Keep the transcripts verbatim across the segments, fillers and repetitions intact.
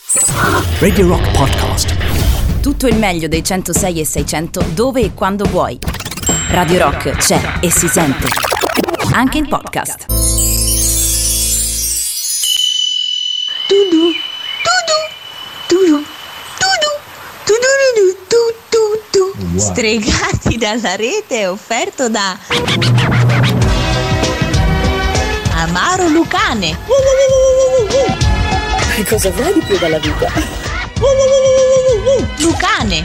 Radio Rock Podcast. Tutto il meglio dei centosei e seicento dove e quando vuoi. Radio Rock c'è e si sente anche in podcast. Tudu, tudu, tudu, tudu, tudu, tudu, tudu. Wow. Stregati dalla rete è offerto da Amaro Lucane. Che cosa vuoi di più dalla vita? Lucane.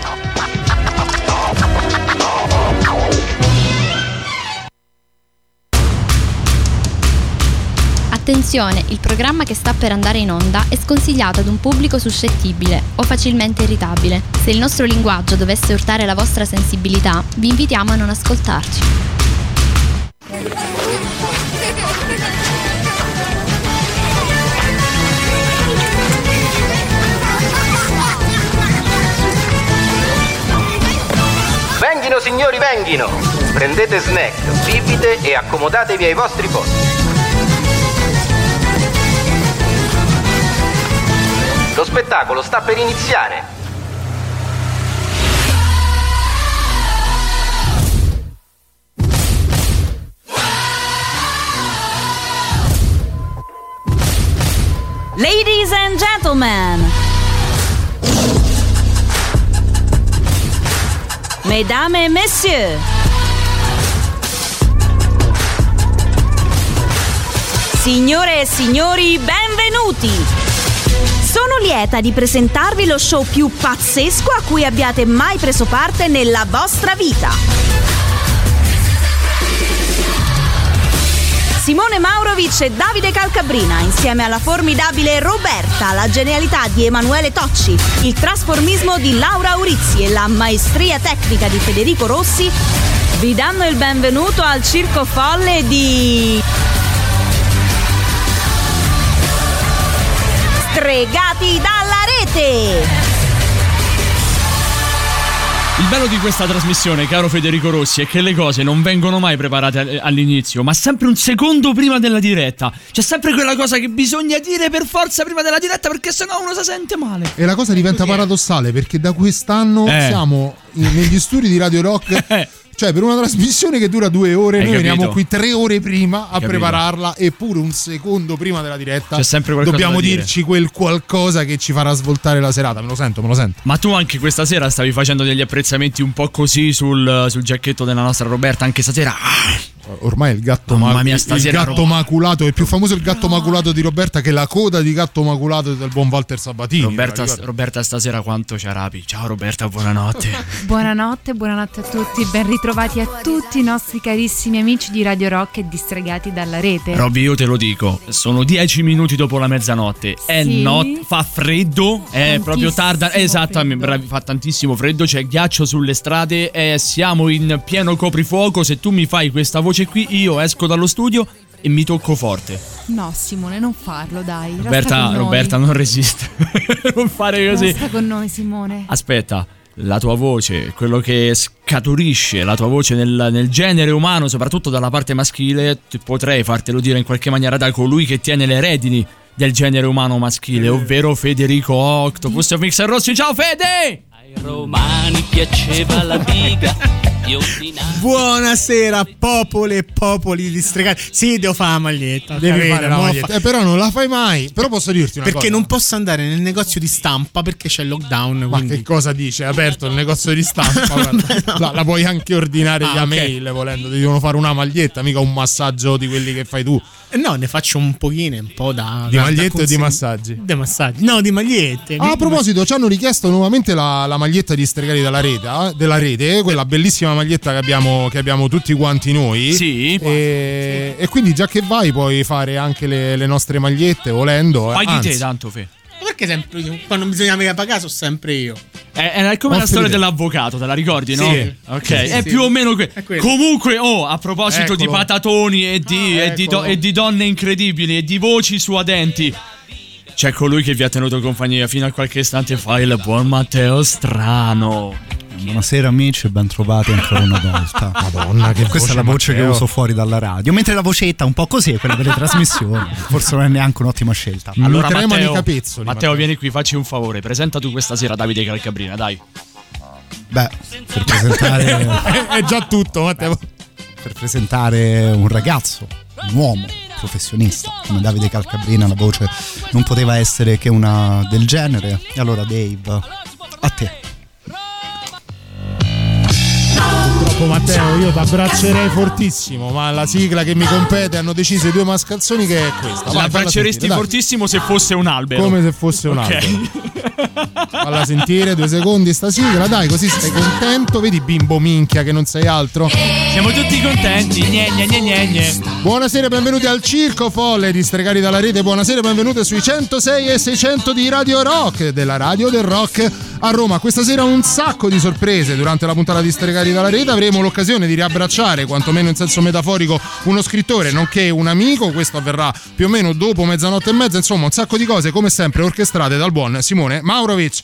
Attenzione, il programma che sta per andare in onda è sconsigliato ad un pubblico suscettibile o facilmente irritabile. Se il nostro linguaggio dovesse urtare la vostra sensibilità, vi invitiamo a non ascoltarci. Venghino signori, venghino! Prendete snack, bibite e accomodatevi ai vostri posti. Lo spettacolo sta per iniziare. Ladies and gentlemen, mesdames et messieurs, signore e signori, benvenuti! Sono lieta di presentarvi lo show più pazzesco a cui abbiate mai preso parte nella vostra vita. Simone Maurovic e Davide Calcabrina, insieme alla formidabile Roberta, la genialità di Emanuele Tocci, il trasformismo di Laura Aurizzi e la maestria tecnica di Federico Rossi, vi danno il benvenuto al circo folle di... Stregati dalla rete! Il bello di questa trasmissione, caro Federico Rossi, è che le cose non vengono mai preparate all'inizio, ma sempre un secondo prima della diretta. C'è sempre quella cosa che bisogna dire per forza prima della diretta, perché sennò uno si sente male. E la cosa diventa paradossale, perché da quest'anno eh. siamo in, negli studi di Radio Rock. Eh. Cioè, per una trasmissione che dura due ore, Hai noi capito? Veniamo qui tre ore prima a capito? Prepararla, eppure un secondo prima della diretta. C'è sempre qualcosa dobbiamo da dire. dirci quel qualcosa che ci farà svoltare la serata. Me lo sento, me lo sento. Ma tu anche questa sera stavi facendo degli apprezzamenti un po' così sul, sul giacchetto della nostra Roberta, anche stasera. Ormai il gatto, Mamma ma- mia, il gatto Ro- maculato è più famoso il gatto no. maculato di Roberta che la coda di gatto maculato del buon Walter Sabatini. Roberta, Roberta stasera quanto ci arapi. Ciao Roberta, buonanotte. Buonanotte, buonanotte a tutti, ben ritrovati a tutti i nostri carissimi amici di Radio Rock e distregati dalla rete. Robby, io te lo dico, sono dieci minuti dopo la mezzanotte. È sì. not- fa freddo, è proprio tarda. Esattamente, bravi, fa tantissimo freddo, c'è ghiaccio sulle strade, eh, siamo in pieno coprifuoco. Se tu mi fai questa voce qui, io esco dallo studio e mi tocco forte. No, Simone, non farlo, dai. Roberta, Roberta, non resiste. Non fare così. Resta con noi, Simone. Aspetta, la tua voce, quello che scaturisce, la tua voce nel, nel genere umano, soprattutto dalla parte maschile, potrei fartelo dire in qualche maniera da colui che tiene le redini del genere umano maschile, ovvero Federico Octopus of Mixer Rossi. Ciao Fede! Ai romani piaceva la biga. Buonasera popole e popoli di stregati. Sì, devo fare la maglietta. Devi capito? fare la maglietta. Fa... Eh, però non la fai mai. Però posso dirti una perché cosa. non posso andare nel negozio di stampa perché c'è il lockdown. Ma quindi... che cosa dice? È aperto il negozio di stampa. Guarda, no. la, la puoi anche ordinare ah, via okay. mail volendo. Ti devono fare una maglietta, mica un massaggio di quelli che fai tu. No, ne faccio un pochino, un po' da... Di da, magliette da o di massaggi? Di massaggi. No, di magliette. Ah, a proposito, ci hanno richiesto nuovamente la, la maglietta di Stregati dalla rete, eh, della rete, quella bellissima maglietta che abbiamo, che abbiamo tutti quanti noi. Sì. E, e quindi già che vai puoi fare anche le, le nostre magliette volendo. Fai eh. di te tanto, Fe. Perché sempre io? Quando bisogna mica pagare sono sempre io. È, è come la storia dell'avvocato, te la ricordi, no? Sì. Ok, sì, è sì. più o meno que- comunque, oh, a proposito Eccolo. di patatoni e di, ah, e, di do- e di donne incredibili e di voci suadenti, c'è colui che vi ha tenuto compagnia fino a qualche istante fa, il buon Matteo Strano. Buonasera amici e ben trovati ancora una volta. Madonna, che questa è la voce Matteo. che uso fuori dalla radio. Mentre la vocetta un po' così è quella delle trasmissioni. Forse non è neanche un'ottima scelta. Allora Matteo, Matteo, capezzoli, Matteo, Matteo, vieni qui, facci un favore. Presenta tu questa sera Davide Calcabrina, dai. Beh, per presentare è già tutto, Matteo. Per presentare un ragazzo, un uomo professionista come Davide Calcabrina, la voce non poteva essere che una del genere. E allora Dave, a te. Purtroppo Matteo, io ti abbraccerei fortissimo, ma la sigla che mi compete hanno deciso i due mascalzoni che è questa. La abbracceresti fortissimo se fosse un albero. Come se fosse un okay. albero. Falla sentire due secondi sta sigla, dai, così stai contento. Vedi bimbo minchia che non sei altro. Siamo tutti contenti. Gne, gne, gne, gne, gne. Buonasera, benvenuti al Circo Folle di Stregati dalla Rete. Buonasera, benvenuti sui centosei e seicento di Radio Rock, della radio del rock a Roma. Questa sera un sacco di sorprese. Durante la puntata di Stregati dalla Rete avremo l'occasione di riabbracciare, quantomeno in senso metaforico, uno scrittore nonché un amico. Questo avverrà più o meno dopo mezzanotte e mezza. Insomma, un sacco di cose come sempre orchestrate dal buon Simone Maurovic.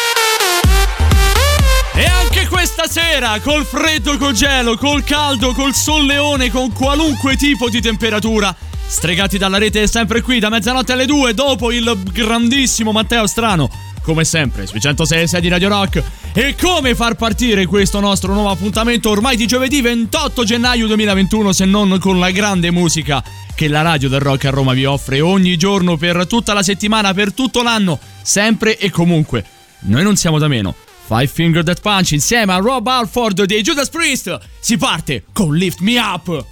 E anche questa sera, col freddo, col gelo, col caldo, col solleone, con qualunque tipo di temperatura, Stregati dalla Rete è sempre qui da mezzanotte alle due, dopo il grandissimo Matteo Strano, come sempre sui centosei e sei di Radio Rock. E come far partire questo nostro nuovo appuntamento ormai di giovedì ventotto gennaio duemilaventuno se non con la grande musica che la radio del rock a Roma vi offre ogni giorno per tutta la settimana, per tutto l'anno, sempre e comunque. Noi non siamo da meno. Five Finger Death Punch insieme a Rob Halford dei Judas Priest. Si parte con Lift Me Up.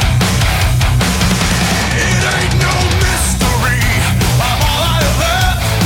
It ain't no mystery. I'm all out of love.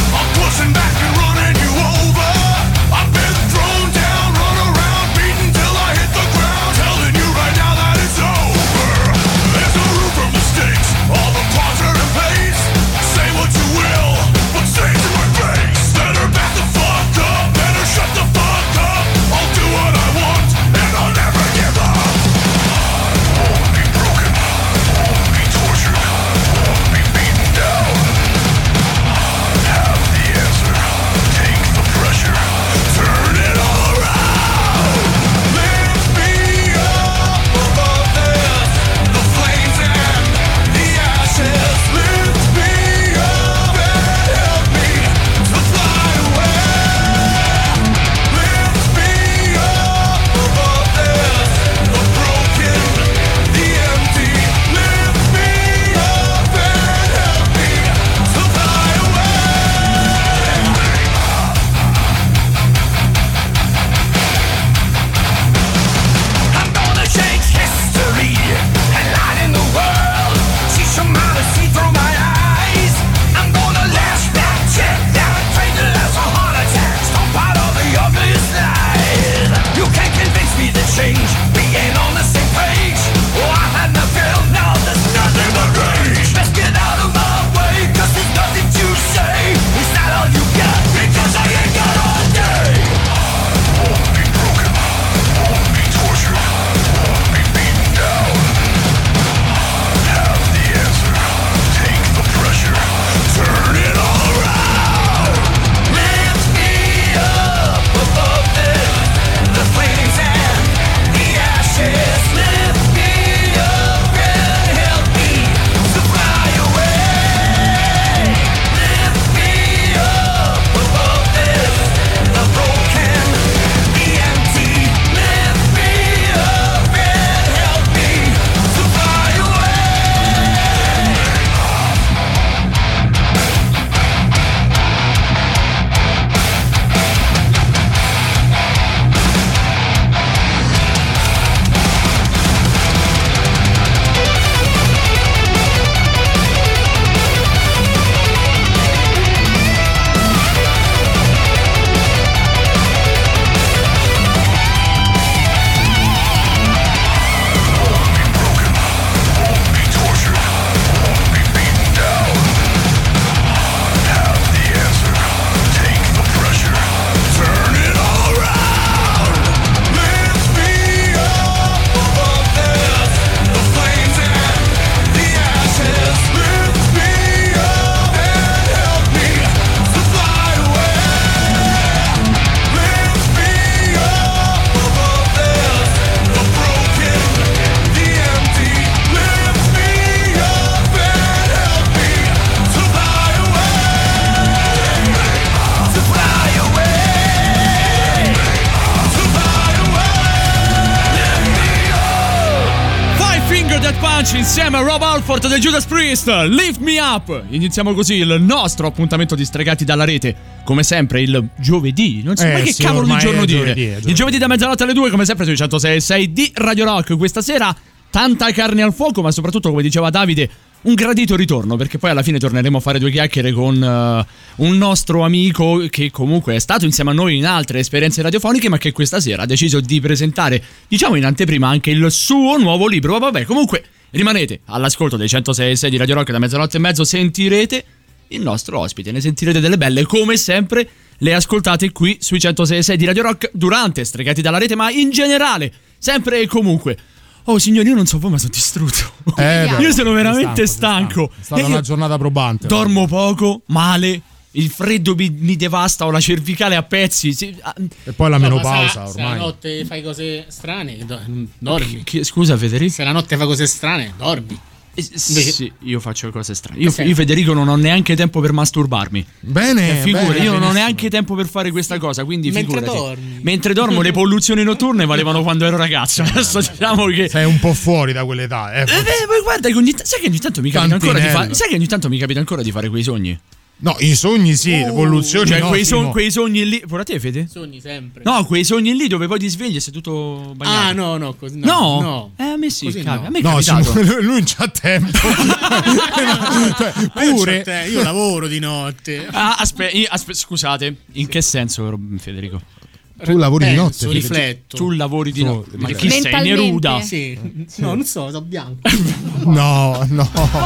Punch insieme a Rob Halford del Judas Priest, Lift Me Up. Iniziamo così il nostro appuntamento di Stregati dalla Rete, come sempre il giovedì, non so eh, mai che sì, cavolo di giorno dire giovedì, giovedì. Il giovedì da mezzanotte alle due, come sempre sui centosei e sei di Radio Rock. Questa sera tanta carne al fuoco, ma soprattutto, come diceva Davide, un gradito ritorno, perché poi alla fine torneremo a fare due chiacchiere con uh, un nostro amico che comunque è stato insieme a noi in altre esperienze radiofoniche, ma che questa sera ha deciso di presentare, diciamo in anteprima, anche il suo nuovo libro. Ma vabbè, comunque rimanete all'ascolto dei centosei e sei di Radio Rock. Da mezzanotte e mezzo sentirete il nostro ospite, ne sentirete delle belle, come sempre le ascoltate qui sui centosei e sei di Radio Rock durante Stregati dalla Rete, ma in generale, sempre e comunque. Oh signori, io non so voi, ma sono distrutto. Eh, beh, io sono veramente stanco, stanco. È stata una giornata probante. Dormo poco, male. Il freddo mi, mi devasta, ho la cervicale a pezzi. Sì. E poi la no, menopausa se ormai. Se la notte fai cose strane, do- dormi. Che, scusa Federico? Se la notte fai cose strane, dormi. Eh, sì, io faccio cose strane. Io, io Federico non ho neanche tempo per masturbarmi. Bene, eh, figura, bene, io non ho benissimo. neanche tempo per fare questa cosa, quindi mentre figurati. dormi. Mentre dormo le polluzioni notturne valevano quando ero ragazzo. Adesso diciamo che sei un po' fuori da quell'età, eh. Eh, beh, guarda che ogni t- sai che ogni tanto mi capita ancora di fare sai che ogni tanto mi capita ancora di fare quei sogni. No, i sogni sì, le polluzioni cioè no, quei, son- no. quei sogni lì. Pure a te, Fede? Sogni sempre. No, quei sogni lì dove poi ti svegli e sei tutto bagnato. Ah, no, no, così no. No? no. Eh, a me sì, Così caga. no. A me è No, capitato. Simone, lui non c'ha tempo. cioè, pure Te, io lavoro di notte. Ah, aspetta, aspe- scusate, in che senso, Federico? Tu lavori eh, di notte. Su rifletto. Tu lavori di notte. Ma chi sei, Mentalmente. Neruda? Sì. No, non so, sono bianco. No, no.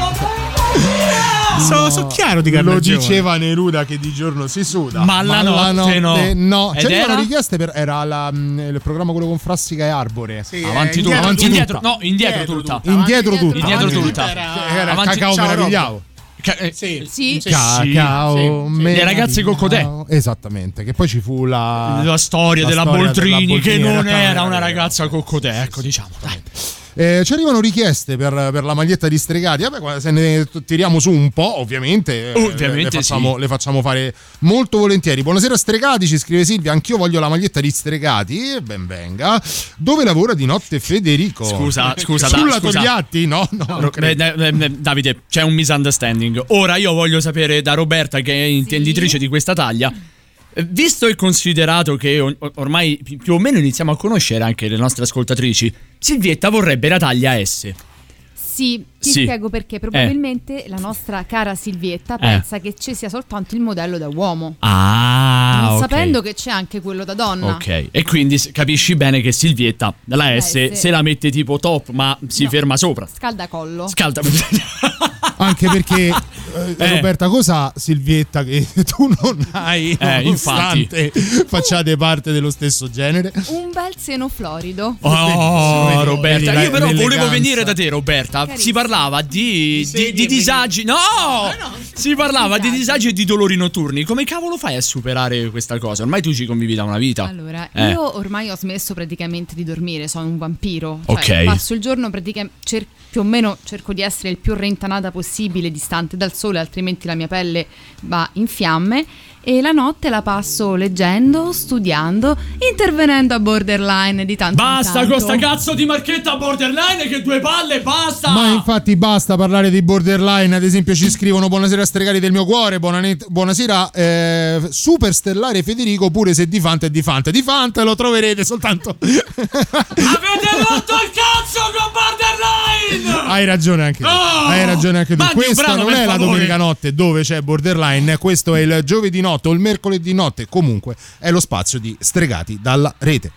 So, so chiaro di Lo carnagione. diceva Neruda che di giorno si suda, Ma la la notte no. no. Ed C'erano era? richieste per era la, mh, il programma quello con Frassica e Arbore. Sì, Avanti eh, tutta, avanti indietro, tutta. no, indietro Indietro tutta. tutta. Indietro tutta. Indietro Avanti tutta. Era, Era il Avanti- cacao ciao, meravigliavo. Ca- eh, Sì. Sì. Sì. Cacao sì, sì. meravigliavo. Le ragazze Coccodè. Esattamente, che poi ci fu la La storia la della storia Boldrini, della che Boldrini, non era era una una ragazza Coccodè, ecco, diciamo. Dai. Eh, ci arrivano richieste per, per la maglietta di Stregati. Vabbè, guarda, se ne tiriamo su un po', ovviamente, eh, Ovviamente le, facciamo, sì. le facciamo fare molto volentieri. Buonasera Stregati, ci scrive Silvia. Anch'io voglio la maglietta di Stregati. Ben venga. Dove lavora di notte Federico? Scusa, scusa, Sulla scusa. Togliatti? No, no, non Beh, credo. eh, eh, Davide, c'è un misunderstanding. Ora io voglio sapere da Roberta, che è intenditrice di questa taglia, eh, visto e considerato che or- ormai pi- più o meno iniziamo a conoscere anche le nostre ascoltatrici, Silvietta vorrebbe la taglia S. Sì, ti Sì. spiego perché. Probabilmente la nostra cara Silvietta pensa che ci sia soltanto il modello da uomo, Ah, non ok. sapendo che c'è anche quello da donna. Ok, e quindi s- capisci bene che Silvietta la S Eh, sì. se la mette tipo top, ma si No. ferma sopra. Scaldacollo. Scalda. Anche perché eh, Eh. Roberta, cosa Silvietta che tu non hai, Eh, nonostante facciate parte dello stesso genere? Un bel seno florido. Oh, Vedi, Roberta, vedi io però volevo l'eleganza. venire da te, Roberta. Carissimo. Si parlava di, di, sedie di disagi. No! Eh, no. Si parlava di disagi e di dolori notturni. Come cavolo fai a superare questa cosa? Ormai tu ci convivi da una vita. Allora, Eh. io ormai ho smesso praticamente di dormire, sono un vampiro. Cioè, Ok. passo il giorno praticamente, cer- più o meno cerco di essere il più rintanata possibile, distante dal sole, altrimenti la mia pelle va in fiamme. E la notte la passo leggendo, studiando, intervenendo a borderline di tanto in Basta tanto. con sta cazzo di marchetta borderline, che due palle, basta! Ma infatti basta parlare di borderline. Ad esempio ci scrivono: buonasera Stregati del mio cuore, buonane- buonasera eh, Superstellare Federico, pure se di Fanta è di Fanta. Di Fanta lo troverete soltanto. Avete rotto il cazzo con borderline! Hai ragione anche tu. Oh! Hai ragione anche tu. Mandi un Questa brano, non per è la favore. domenica notte dove c'è borderline, questo è il giovedì notte o il mercoledì notte. Comunque è lo spazio di Stregati dalla Rete.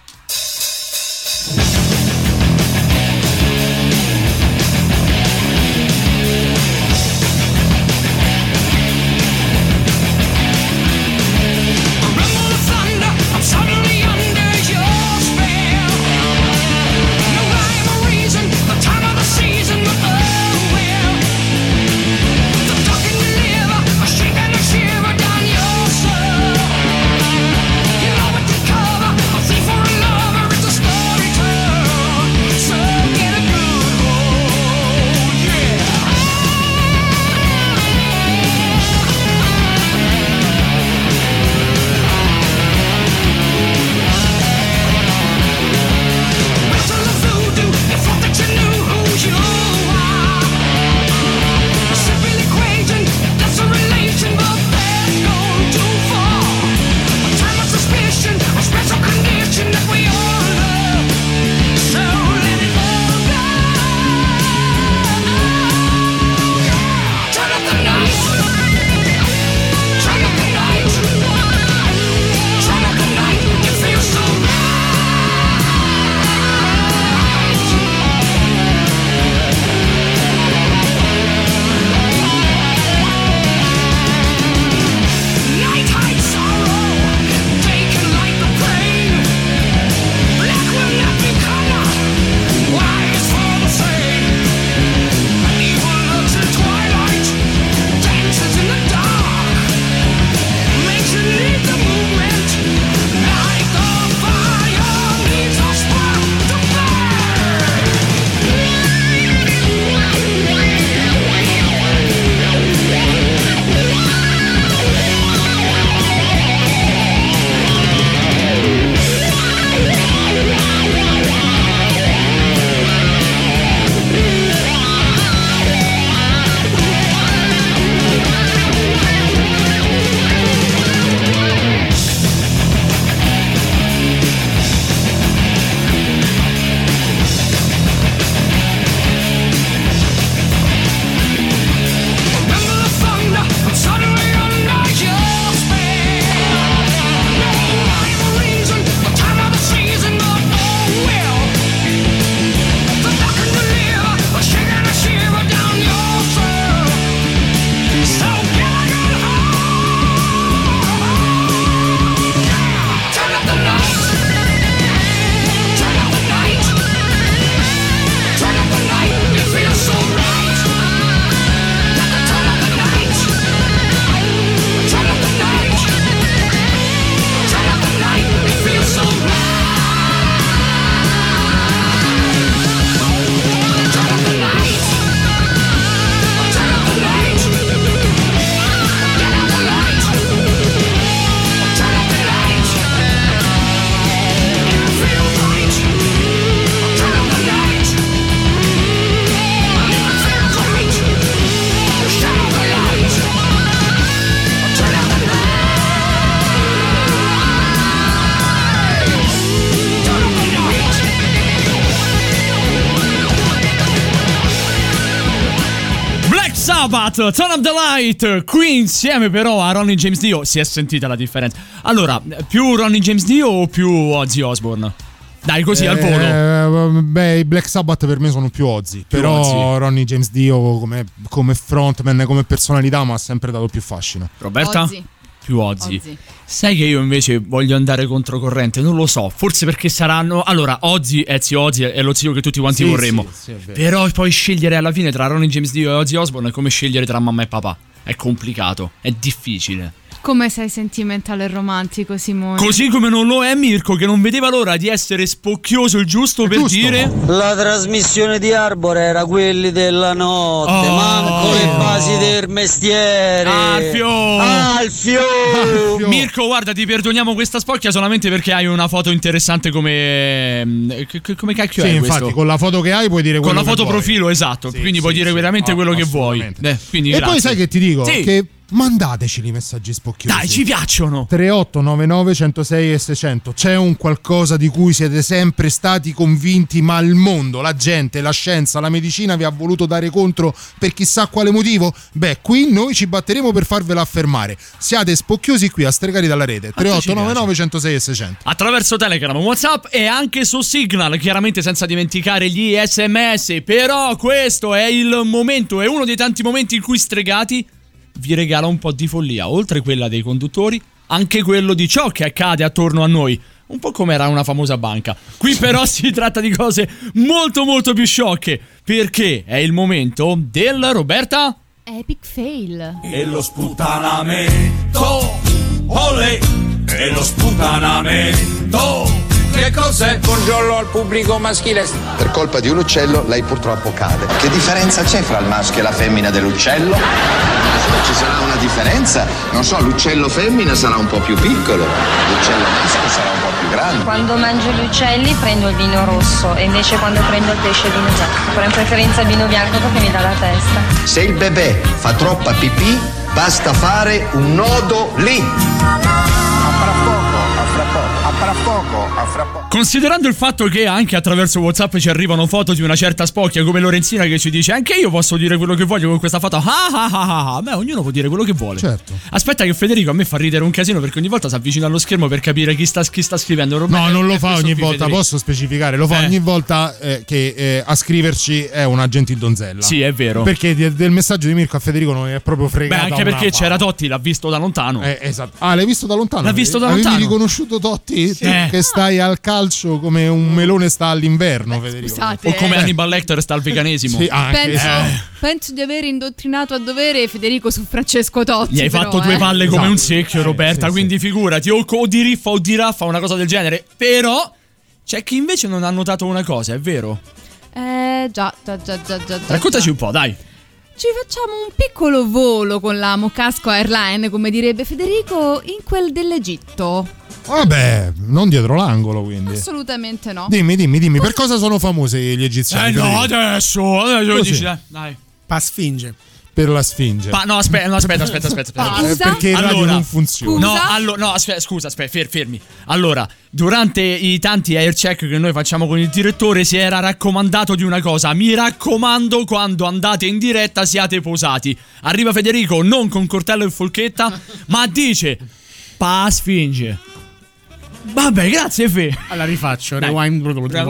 You know what to cover, a thief or a lover, it's a story. Sabbath, Turn Up the Light. Qui insieme però a Ronnie James Dio. Si è sentita la differenza. Allora, più Ronnie James Dio o più Ozzy Osbourne? Dai, così eh, al volo. Beh, i Black Sabbath per me sono più Ozzy. Più però Ozzy. Ronnie James Dio come, come frontman, come personalità mi ha sempre dato più fascino. Roberta? Ozzy. Più Ozzy. Ozzy. Sai che io invece voglio andare controcorrente? Non lo so, forse perché saranno... Allora, Ozzy è zio Ozzy, è lo zio che tutti quanti Sì, vorremmo. sì, sì, Però poi scegliere alla fine tra Ronnie James Dio e Ozzy Osbourne è come scegliere tra mamma e papà. È complicato, è difficile. Come sei sentimentale e romantico, Simone. Così come non lo è Mirko, che non vedeva l'ora di essere spocchioso il giusto È per giusto. dire... La trasmissione di Arbor era quelli della notte, Oh. manco le basi del mestiere. Alfio! Alfio! Alfio! Mirko, guarda, ti perdoniamo questa spocchia solamente perché hai una foto interessante come... Come cacchio Sì, è infatti, questo? con la foto che hai puoi dire Con quello la foto che vuoi. profilo, esatto. Sì, Quindi sì, puoi dire sì. veramente Ah, quello che vuoi. assolutamente. Eh, quindi E grazie. poi sai che ti dico? Sì. Che mandateci i messaggi spocchiosi. Dai, ci piacciono. tre otto nove nove uno zero sei e seicento. C'è un qualcosa di cui siete sempre stati convinti, ma il mondo, la gente, la scienza, la medicina vi ha voluto dare contro per chissà quale motivo? Beh, qui noi ci batteremo per farvelo affermare. Siate spocchiosi qui a Stregati dalla rete. tre otto nove nove uno zero sei e seicento. Attraverso Telegram, WhatsApp e anche su Signal, chiaramente senza dimenticare gli sms. Però questo è il momento, è uno dei tanti momenti in cui Stregati vi regala un po' di follia, oltre quella dei conduttori, anche quello di ciò che accade attorno a noi. Un po' come era una famosa banca. Qui però si tratta di cose molto molto più sciocche, perché è il momento del Roberta Epic fail. E lo sputtanamento, olè, e lo sputtanamento. Che cos'è? Buongiorno al pubblico maschile. Per colpa di un uccello lei purtroppo cade. Che differenza c'è fra il maschio e la femmina dell'uccello? Ci sarà una differenza? Non so, l'uccello femmina sarà un po' più piccolo, l'uccello maschio sarà un po' più grande. Quando mangio gli uccelli prendo il vino rosso e invece quando prendo il pesce il vino bianco. Però in preferenza il vino bianco perché mi dà la testa. Se il bebè fa troppa pipì, basta fare un nodo lì. A fra poco, a fra poco. Considerando il fatto che anche attraverso WhatsApp ci arrivano foto di una certa spocchia come Lorenzina che ci dice anche io posso dire quello che voglio con questa foto. Ah ah ah ah. Beh, ognuno può dire quello che vuole. Certo. Aspetta che Federico a me fa ridere un casino perché ogni volta si avvicina allo schermo per capire chi sta, chi sta scrivendo. No, non lo fa ogni qui, volta, Federico. posso specificare, lo fa Eh. ogni volta eh, che eh, a scriverci è una gentil donzella. Sì, è vero. Perché di- del messaggio di Mirko a Federico non è proprio Beh, fregato. anche perché c'era Totti, l'ha visto da lontano. Eh, esatto. Ah, l'hai visto da lontano? L'ha visto da Avevi lontano. riconosciuto Totti? Sì. Tu Eh. Che stai al calcio come un melone sta all'inverno, Federico. Scusate, O come eh. Hannibal Lecter sta al veganesimo. Sì, anche. Penso, Eh. penso di aver indottrinato a dovere Federico su Francesco Totti. Gli hai però, fatto due eh. palle come Esatto. un secchio, Roberta, sì, quindi figurati, o, o di riffa o di raffa, una cosa del genere. Però c'è chi invece non ha notato una cosa, è vero? Eh, già, già, già, già, già. Raccontaci già. un po', dai. Ci facciamo un piccolo volo con la Mocasco Airline, come direbbe Federico, in quel dell'Egitto. Vabbè, non dietro l'angolo, quindi. Assolutamente no. Dimmi, dimmi, dimmi, per cosa sono famosi gli egiziani? Eh no, Federico? adesso, adesso Così. dici, dai, dai. Pasfinge. Per la Sfinge. Pa- no, aspetta, no, aspetta, aspetta, aspetta, aspetta. Eh, perché il radio Allora, non funziona. No, allo- no, aspetta, scusa, aspetta, fer- fermi. Allora, durante i tanti air check che noi facciamo con il direttore si era raccomandato di una cosa. Mi raccomando, quando andate in diretta siate posati. Arriva Federico non con coltello e forchetta, ma dice Pa Sfinge. Vabbè, grazie Fe. Allora rifaccio, Dai. rewind.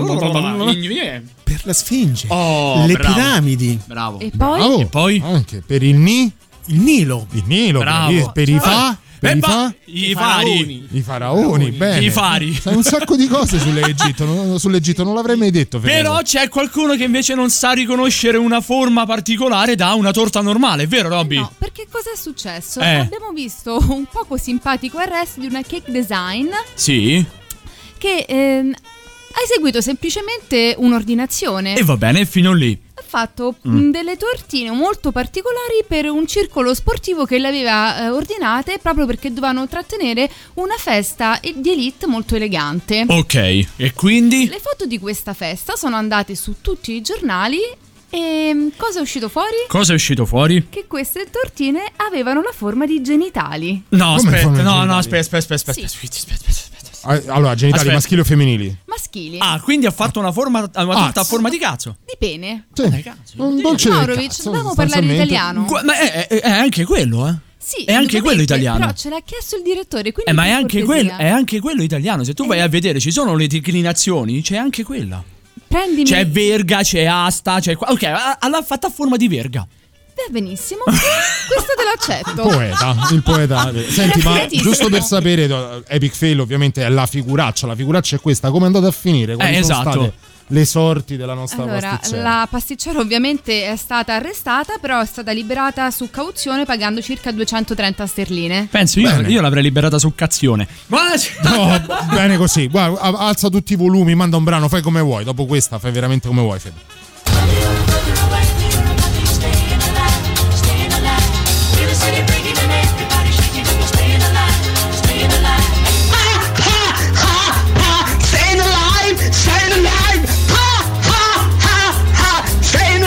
Per la Sfinge. Oh, le bravo. piramidi. Bravo. E poi? Bravo. E poi? Anche per il Ni. Il Nilo. Il Nilo. Bravo. Per, i- per i Fa. Per Eh, i ma- Fa. I fari. I faraoni, bene. I fari. Sai un sacco di cose sull'Egitto, non, sull'Egitto, non l'avrei mai detto. Federico. Però c'è qualcuno che invece non sa riconoscere una forma particolare da una torta normale, è vero Robby? No, perché cos'è successo? Eh. Abbiamo visto un poco simpatico arresto di una cake design Sì. che ehm, ha eseguito semplicemente un'ordinazione. E va bene, fino lì. Ha fatto Mm. mh, delle tortine molto particolari per un circolo sportivo che le aveva eh, ordinate proprio perché dovevano trattenere una festa e- di elite molto elegante. Ok, e quindi? Le foto di questa festa sono andate su tutti i giornali e mh, cosa è uscito fuori? Cosa è uscito fuori? Che queste tortine avevano la forma di genitali. No, Come aspetta, fanno i no, no, genitali? aspetta, aspetta, aspetta, Sì. aspetta, aspetta, aspetta, aspetta. Allora, genitali Aspetta. maschili o femminili? Maschili. Ah, quindi ha fatto una forma una torta a forma di cazzo. Di pene. Sì. Un dolce del Maurovic, cazzo, dobbiamo parlare in sostanzialmente. italiano. Gu- Ma è, è- è anche quello, eh? Sì, È anche quello indubbiamente, italiano. Però ce l'ha chiesto il direttore, quindi Eh, ma è per anche, cortesia. quel- è anche quello italiano. Se tu vai a vedere, ci sono le declinazioni, c'è anche quella. Prendimi. C'è verga, c'è asta, c'è qua. Ok, ha- l'ha fatta a forma di verga. Va benissimo. Questo te l'accetto. Poeta, il poeta. Senti, ma Raffinatissimo. giusto per sapere, Epic Fail ovviamente è la figuraccia. La figuraccia è questa. Come è andata a finire? Quali Eh, sono esatto. state le sorti della nostra Allora, pasticcera? la pasticcera ovviamente è stata arrestata, però è stata liberata su cauzione pagando circa duecentotrenta sterline. Penso io, Bene. io l'avrei liberata su cazione. Ma No, bene così. Guarda, a- alza tutti i volumi, manda un brano, fai come vuoi. Dopo questa fai veramente come vuoi, Fede. Staying alive, staying alive, ha ha ha ha, staying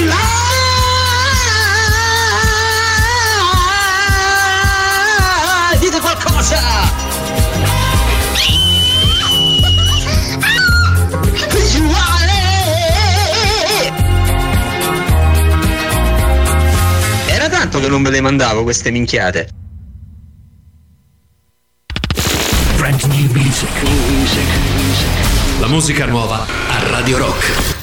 alive. Dite qualcosa. Era tanto che non ve le mandavo queste minchiate. Brand new music. La musica nuova a Radio Rock.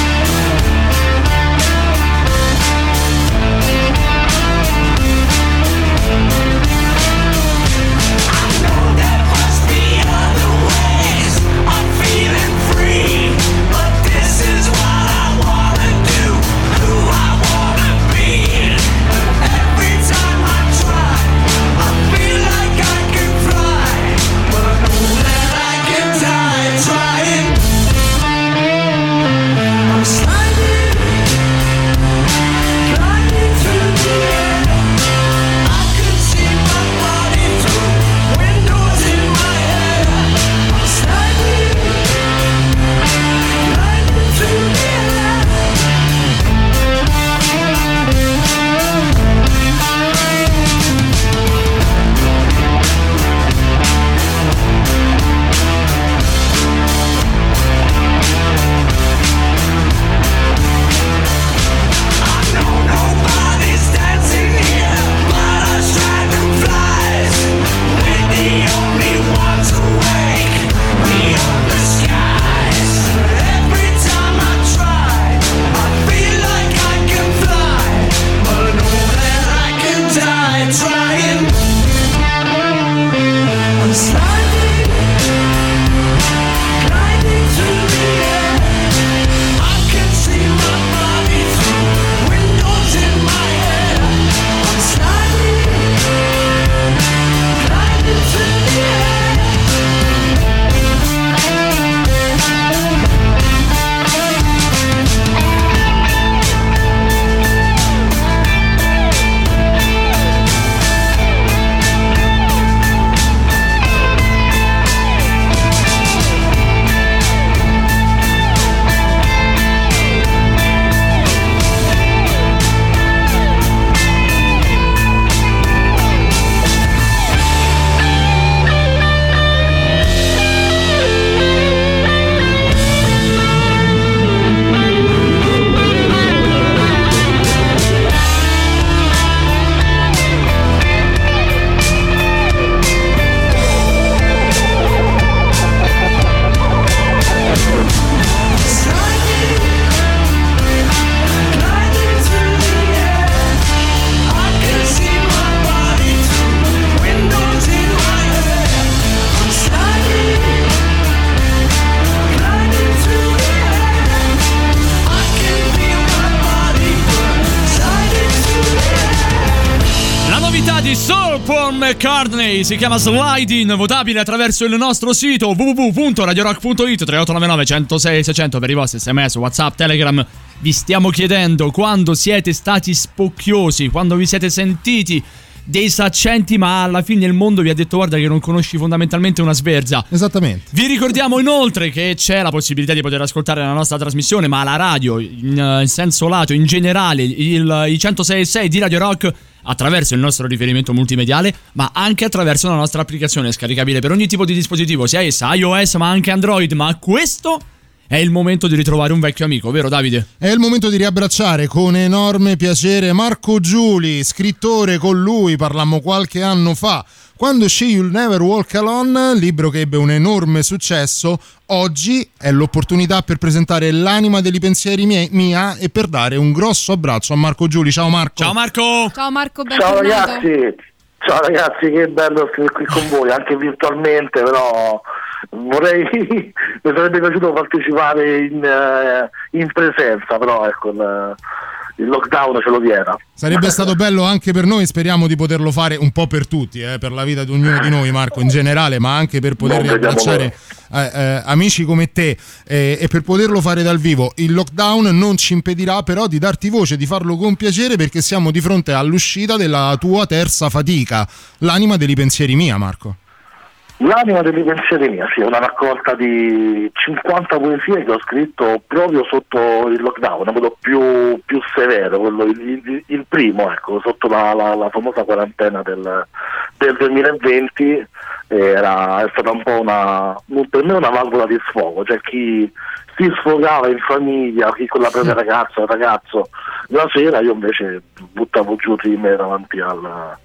Staying Paul McCartney, si chiama Sliding, votabile attraverso il nostro sito w w w punto radio rock punto it, tre otto nove nove uno zero sei sei zero zero per i vostri sms, WhatsApp, Telegram. Vi stiamo chiedendo quando siete stati spocchiosi, quando vi siete sentiti dei saccenti, ma alla fine il mondo vi ha detto guarda che non conosci fondamentalmente una sverza. Esattamente. Vi ricordiamo inoltre che c'è la possibilità di poter ascoltare la nostra trasmissione, ma la radio in, in senso lato, in generale, il, i centosei e sei di Radio Rock, attraverso il nostro riferimento multimediale, ma anche attraverso la nostra applicazione scaricabile per ogni tipo di dispositivo, sia essa iOS ma anche Android. Ma questo è il momento di ritrovare un vecchio amico, vero Davide? È il momento di riabbracciare con enorme piacere Marco Giuli, scrittore. Con lui parlammo qualche anno fa, quando uscì You'll Never Walk Alone, libro che ebbe un enorme successo. Oggi è l'opportunità per presentare l'anima dei pensieri miei, mia e per dare un grosso abbraccio a Marco Giuli. Ciao Marco. Ciao Marco. Ciao Marco, ciao bentornato. ragazzi. Ciao ragazzi, che bello essere qui con voi, anche virtualmente, però vorrei, mi sarebbe piaciuto partecipare in, uh, in presenza, però ecco il, il lockdown ce lo vieta. Sarebbe stato bello anche per noi, speriamo di poterlo fare un po' per tutti, eh, per la vita di ognuno di noi, Marco, in generale, ma anche per poter riabbracciare eh, eh, amici come te eh, e per poterlo fare dal vivo. Il lockdown non ci impedirà però di darti voce, di farlo con piacere, perché siamo di fronte all'uscita della tua terza fatica, l'anima dei pensieri mia, Marco. L'anima dei pensieri mia, sì, è una raccolta di cinquanta poesie che ho scritto proprio sotto il lockdown, quello più, più severo, quello, il, il, il primo, ecco, sotto la, la, la famosa quarantena del, del duemilaventi. Era, è stata un po' una, per me una valvola di sfogo, cioè chi si sfogava in famiglia, chi con la propria ragazza o ragazzo la sera, io invece buttavo giù di me davanti al,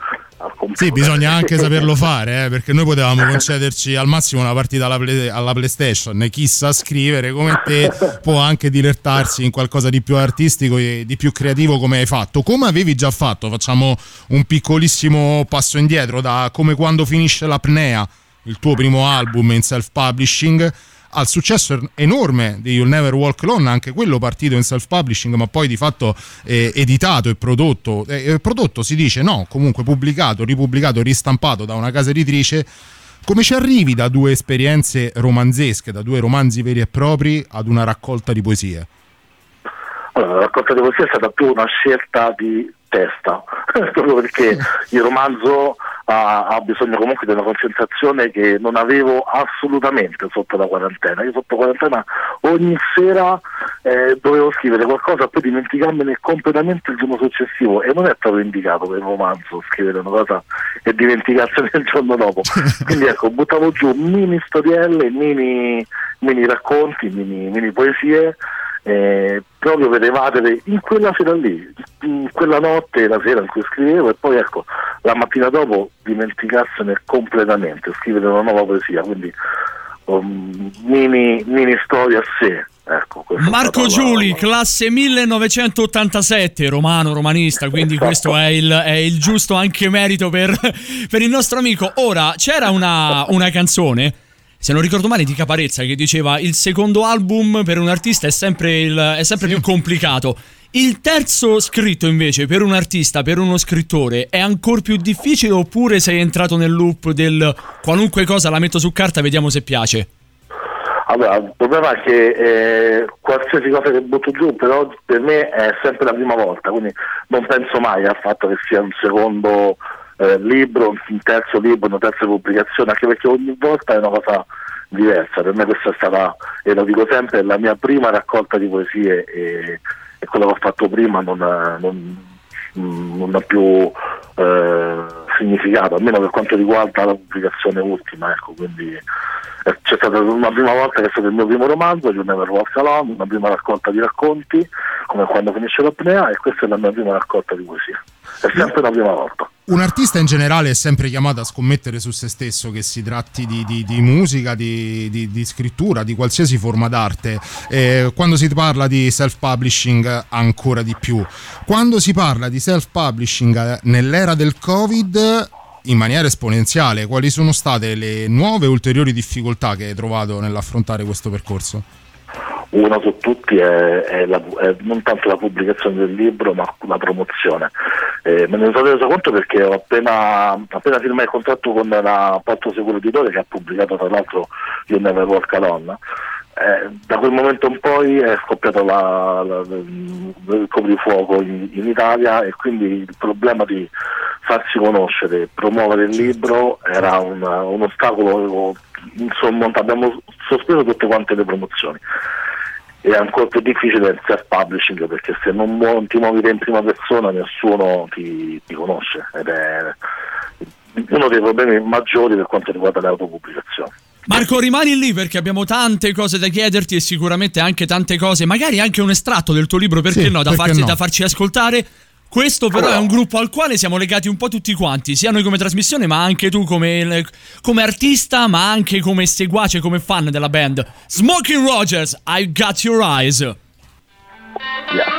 al computer. Sì, bisogna anche saperlo fare, eh, perché noi potevamo concederci al massimo una partita alla, play, alla PlayStation, chi sa scrivere come te può anche dilettarsi in qualcosa di più artistico e di più creativo, come hai fatto, come avevi già fatto. Facciamo un piccolissimo passo indietro, da Come quando finisce l'apnea, il tuo primo album in self-publishing, al successo enorme di You'll Never Walk Alone, anche quello partito in self-publishing ma poi di fatto eh, editato e prodotto, eh, prodotto si dice, no, comunque pubblicato, ripubblicato, ristampato da una casa editrice. Come ci arrivi da due esperienze romanzesche, da due romanzi veri e propri, ad una raccolta di poesie? Allora, la raccolta di poesie è stata più una scelta di testa, proprio perché il romanzo ha, ha bisogno comunque di una concentrazione che non avevo assolutamente sotto la quarantena. Io sotto quarantena ogni sera eh, dovevo scrivere qualcosa, poi dimenticarmene completamente il giorno successivo, e non è proprio indicato per il romanzo scrivere una cosa e dimenticarsene il giorno dopo. Quindi ecco, buttavo giù mini storielle, mini, mini racconti, mini, mini poesie, Eh, proprio per evadere in quella sera lì, in quella notte, la sera in cui scrivevo, e poi ecco la mattina dopo dimenticarsene completamente, scrivere una nuova poesia, quindi um, mini, mini storia a sé. Ecco, Marco Giuli, classe millenovecentottantasette, romano, romanista, quindi esatto. Questo è il, è il giusto anche merito per, per il nostro amico. Ora, c'era una, una canzone, se non ricordo male, di Caparezza, che diceva: il secondo album per un artista è sempre, il, è sempre sì. più complicato. Il terzo scritto invece per un artista, per uno scrittore, è ancora più difficile, oppure sei entrato nel loop del qualunque cosa la metto su carta, vediamo se piace? Allora, il problema è che eh, qualsiasi cosa che butto giù però per me è sempre la prima volta, quindi non penso mai al fatto che sia un secondo Eh, libro, un terzo libro, una terza pubblicazione, anche perché ogni volta è una cosa diversa. Per me questa è stata, e lo dico sempre, la mia prima raccolta di poesie, e, e quello che ho fatto prima non, non, non ha più eh, significato, almeno per quanto riguarda la pubblicazione ultima, ecco. Quindi eh, c'è stata una prima volta che è stato il mio primo romanzo, You'll Never Walk Alone, una prima raccolta di racconti, come Quando finisce l'apnea, e questa è la mia prima raccolta di poesie. È sempre la prima volta. Un artista in generale è sempre chiamato a scommettere su se stesso, che si tratti di, di, di musica, di, di, di scrittura, di qualsiasi forma d'arte. Eh, quando si parla di self-publishing ancora di più. Quando si parla di self-publishing nell'era del Covid in maniera esponenziale, quali sono state le nuove ulteriori difficoltà che hai trovato nell'affrontare questo percorso? Uno su tutti è, è, la, è non tanto la pubblicazione del libro, ma la promozione. Eh, me ne sono reso conto perché ho appena, appena firmato il contratto con la Porto Sicuro Editore, che ha pubblicato tra l'altro You Never Walk Alone. Eh, da quel momento in poi è scoppiato la, la, il coprifuoco in, in Italia, e quindi il problema di farsi conoscere, promuovere il libro era un, un ostacolo. Insomma, abbiamo sospeso tutte quante le promozioni. È ancora più difficile il self-publishing, perché se non mu- ti muovi in prima persona nessuno ti, ti conosce, ed è uno dei problemi maggiori per quanto riguarda le autopubblicazioni. Marco, rimani lì perché abbiamo tante cose da chiederti e sicuramente anche tante cose, magari anche un estratto del tuo libro, perché sì, no, da, perché farci, no. da farci ascoltare. Questo però è un gruppo al quale siamo legati un po' tutti quanti, sia noi come trasmissione, ma anche tu come, come artista, ma anche come seguace, come fan della band. Smoking Rogers, I Got Your Eyes. Yeah.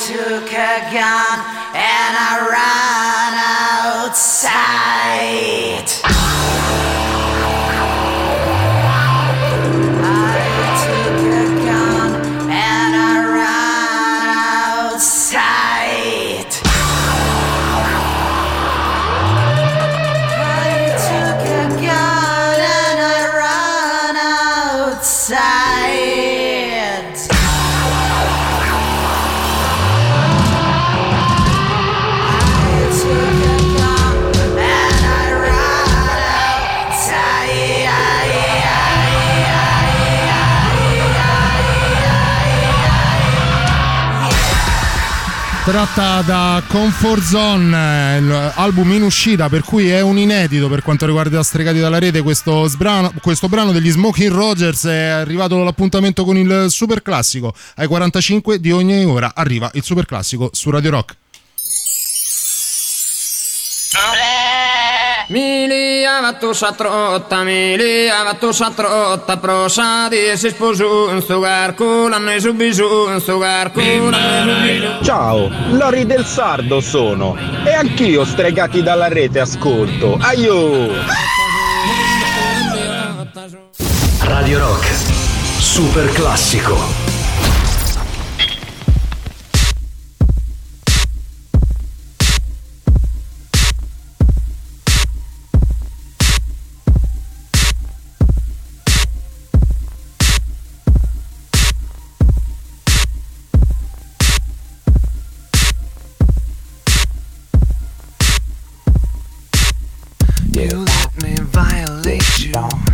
took a gun and I ran outside. I took a gun and I ran outside. I took a gun and I ran outside. Tratta da Comfort Zone, l'album in uscita, per cui è un inedito per quanto riguarda Stregati dalla Rete. Questo brano, questo brano degli Smoking Rogers. È arrivato l'appuntamento con il super classico. Ai quarantacinque di ogni ora arriva il super classico su Radio Rock. Milia vattusa trotta, milia vattusa trotta, prosa di si sposu in sto garco, l'hanno subisu in sto garco. Ciao, Lori del Sardo sono, e anch'io Stregati dalla Rete ascolto, aio! Radio Rock, super classico. You let me violate you.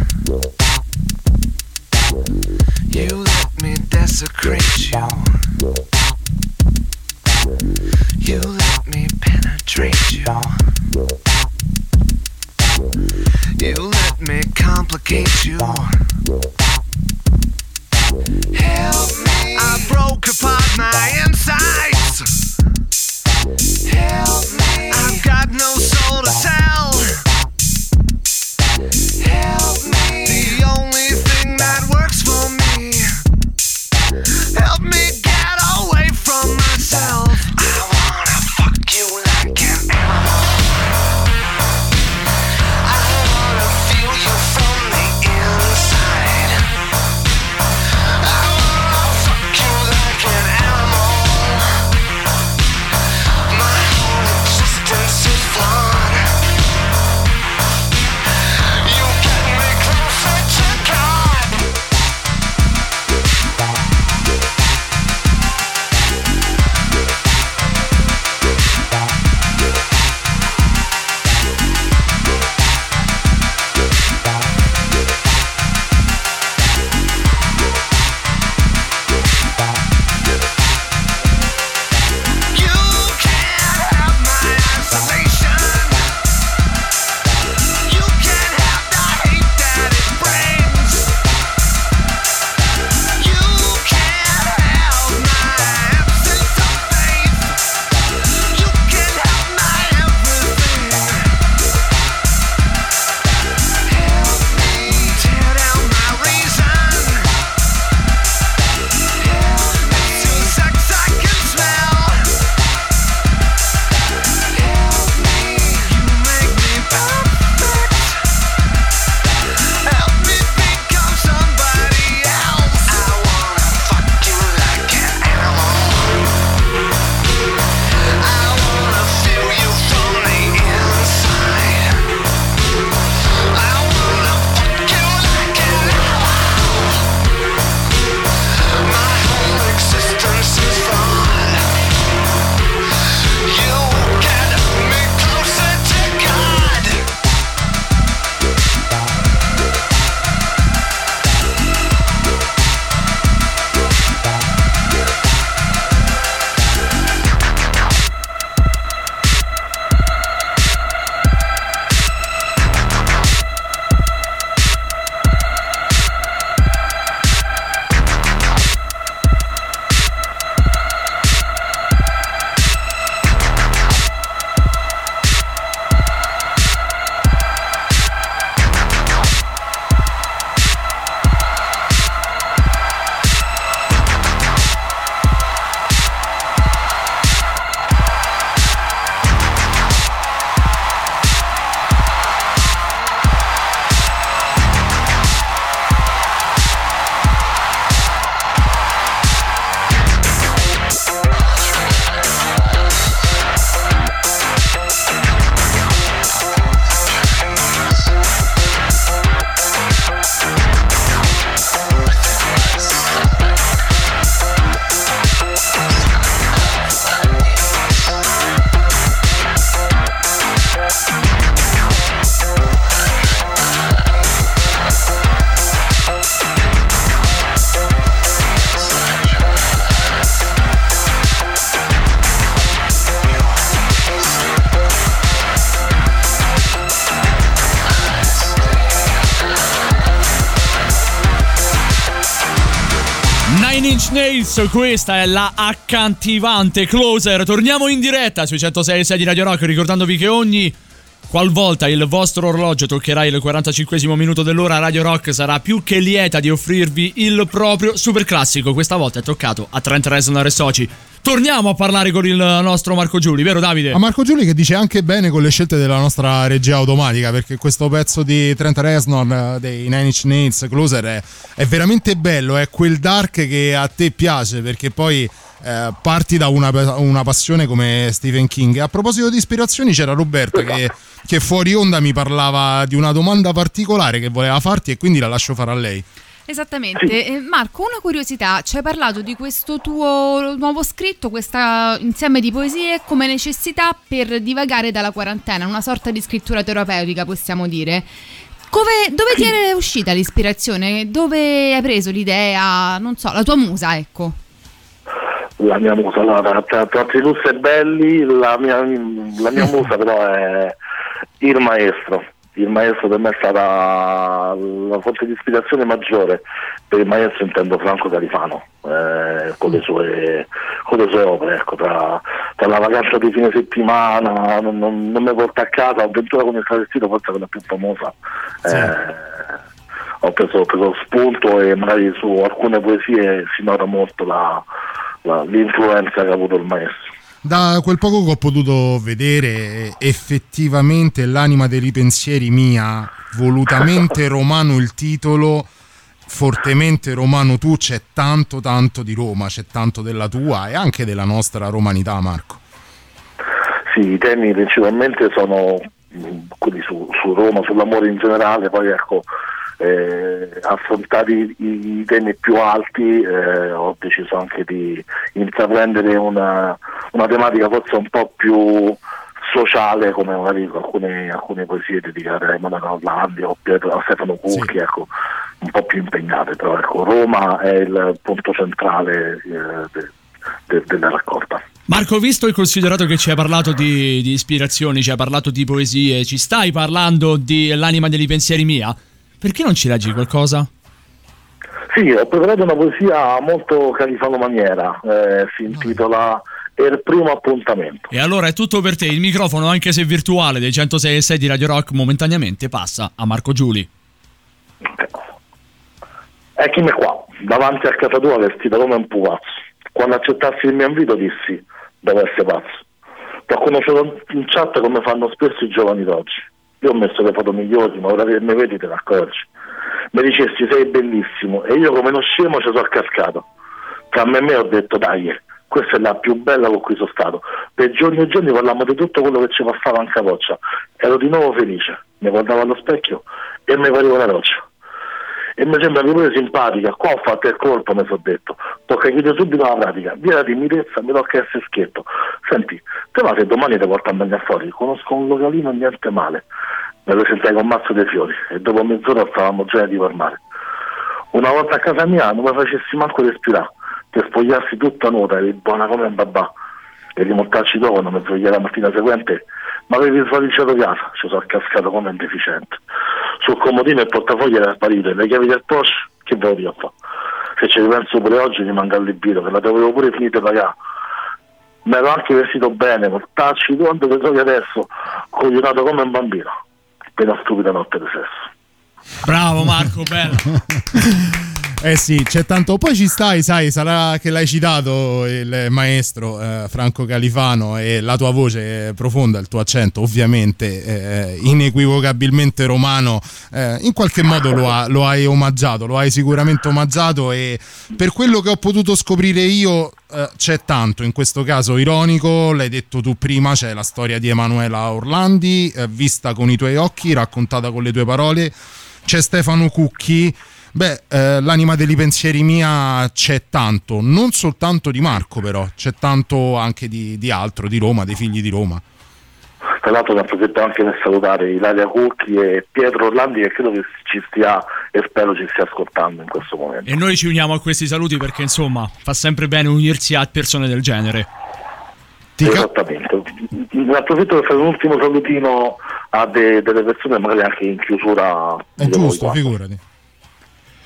You let me desecrate you. You let me penetrate you. You let me complicate you. Help me. I broke apart my insides. Help me. I've got no soul to tell. Help me. The only thing that works for me. Help me get away from myself. I wanna fuck you like an animal. I wanna feel you from the inside. I wanna fuck you like an animal. My whole existence is flawed. Nails, questa è la accattivante Closer. Torniamo in diretta sui centosei e sei di Radio Rock, ricordandovi che ogni qualvolta il vostro orologio toccherà il quarantacinquesimo minuto dell'ora, Radio Rock sarà più che lieta di offrirvi il proprio super classico. Questa volta è toccato a Trent Reznor e Soci. Torniamo a parlare con il nostro Marco Giuli, vero Davide? A Marco Giuli, che dice anche bene con le scelte della nostra regia automatica, perché questo pezzo di Trent Reznor dei Nine Inch Nails, Closer, è, è veramente bello, è quel dark che a te piace, perché poi eh, parti da una, una passione come Stephen King. A proposito di ispirazioni, c'era Roberto che, che fuori onda mi parlava di una domanda particolare che voleva farti, e quindi la lascio fare a lei. Esattamente. Sì. Eh, Marco, una curiosità, ci hai parlato di questo tuo nuovo scritto, questo insieme di poesie come necessità per divagare dalla quarantena, una sorta di scrittura terapeutica, possiamo dire. Come, dove ti è uscita l'ispirazione? Dove hai preso l'idea? Non so, la tua musa, ecco. La mia musa, allora, tra, tra Trilus e Belli, la mia, la mia musa però è il maestro. Il maestro per me è stata la fonte di ispirazione maggiore. Per il maestro intendo Franco Califano, eh, con, le sue, con le sue opere, ecco, tra, tra la vacanza di fine settimana, non, non, non mi porta a casa, Avventura con il travestito, forse quella più famosa. Sì. Eh, ho, preso, ho preso spunto, e magari su alcune poesie si nota molto la, la, l'influenza che ha avuto il maestro. Da quel poco che ho potuto vedere, effettivamente L'anima dei pensieri mia, volutamente romano il titolo, fortemente romano tu, c'è tanto tanto di Roma, c'è tanto della tua e anche della nostra romanità, Marco. Sì, i temi principalmente sono quelli su, su Roma, sull'amore in generale, poi ecco, eh, affrontati i, i temi più alti, eh, ho deciso anche di intraprendere una, una tematica forse un po' più sociale, come magari alcune, alcune poesie dedicate a Emanuele Orlandi o a Stefano Cucchi, sì. Ecco, un po' più impegnate, però ecco, Roma è il punto centrale eh, de, de, della raccolta. Marco, visto e considerato che ci hai parlato di, di ispirazioni, ci hai parlato di poesie, ci stai parlando di L'anima dei pensieri mia, perché non ci leggi qualcosa? Sì, ho preparato una poesia molto Califano maniera, eh, si intitola Il primo appuntamento. E allora è tutto per te, il microfono, anche se virtuale, dei centosei e sei di Radio Rock momentaneamente passa a Marco Giuli. Okay. Eccomi qua, davanti a casa tua vestito come un pupazzo. Quando accettassi il mio invito dissi, deve essere pazzo. Ti ho conosciuto in chat come fanno spesso i giovani d'oggi. Io ho messo le foto migliori, ma ora che mi vedi te ne accorgi. Mi dicesti sei bellissimo e io come uno scemo ci sono cascato. Tra me e me ho detto dai, questa è la più bella con cui sono stato. Per giorni e giorni parlavamo di tutto quello che ci passava in capoccia. Ero di nuovo felice, mi guardavo allo specchio e mi pareva una roccia. E mi sembra pure simpatica, qua ho fatto il colpo, mi sono detto, tocca chiudere subito la pratica, via la timidezza, mi tocca essere schietto. Senti, te va che domani ti porto a mangiare fuori, conosco un localino niente male. Mi presentai con un mazzo dei fiori e dopo mezz'ora stavamo già di mare. Una volta a casa mia non mi facessi manco respirare, ti spogliassi tutta nuda, eri buona come un babà, e rimontarci dopo, non mi svegliai la mattina seguente, ma avevi svaliggiato casa, ci sono cascato come un deficiente. Sul comodino il portafoglio era sparito e le chiavi del Porsche, che volevo fare? Se ci ripenso pure oggi rimanga allibito, che la dovevo pure finire di pagare. Mi ero anche vestito bene, col tacci quando che trovi adesso, coglionato come un bambino. Per una stupida notte di sesso. Bravo Marco, bello. Eh sì, c'è tanto. Poi ci stai, sai, sarà che l'hai citato il maestro eh, Franco Califano, e la tua voce è profonda, il tuo accento ovviamente eh, inequivocabilmente romano, eh, in qualche modo lo, ha, lo hai omaggiato, lo hai sicuramente omaggiato, e per quello che ho potuto scoprire io eh, c'è tanto, in questo caso ironico, l'hai detto tu prima, c'è la storia di Emanuela Orlandi eh, vista con i tuoi occhi, raccontata con le tue parole, c'è Stefano Cucchi. Beh, eh, l'anima dei pensieri mia c'è tanto, non soltanto di Marco però, c'è tanto anche di, di altro, di Roma, dei figli di Roma. Tra l'altro ne approfitto anche per salutare Ilaria Cucchi e Pietro Orlandi, che credo che ci stia e spero ci stia ascoltando in questo momento. E noi ci uniamo a questi saluti perché insomma fa sempre bene unirsi a persone del genere. Esattamente. Ne approfitto per fare un ultimo salutino a de- delle persone magari anche in chiusura. È giusto, figurati.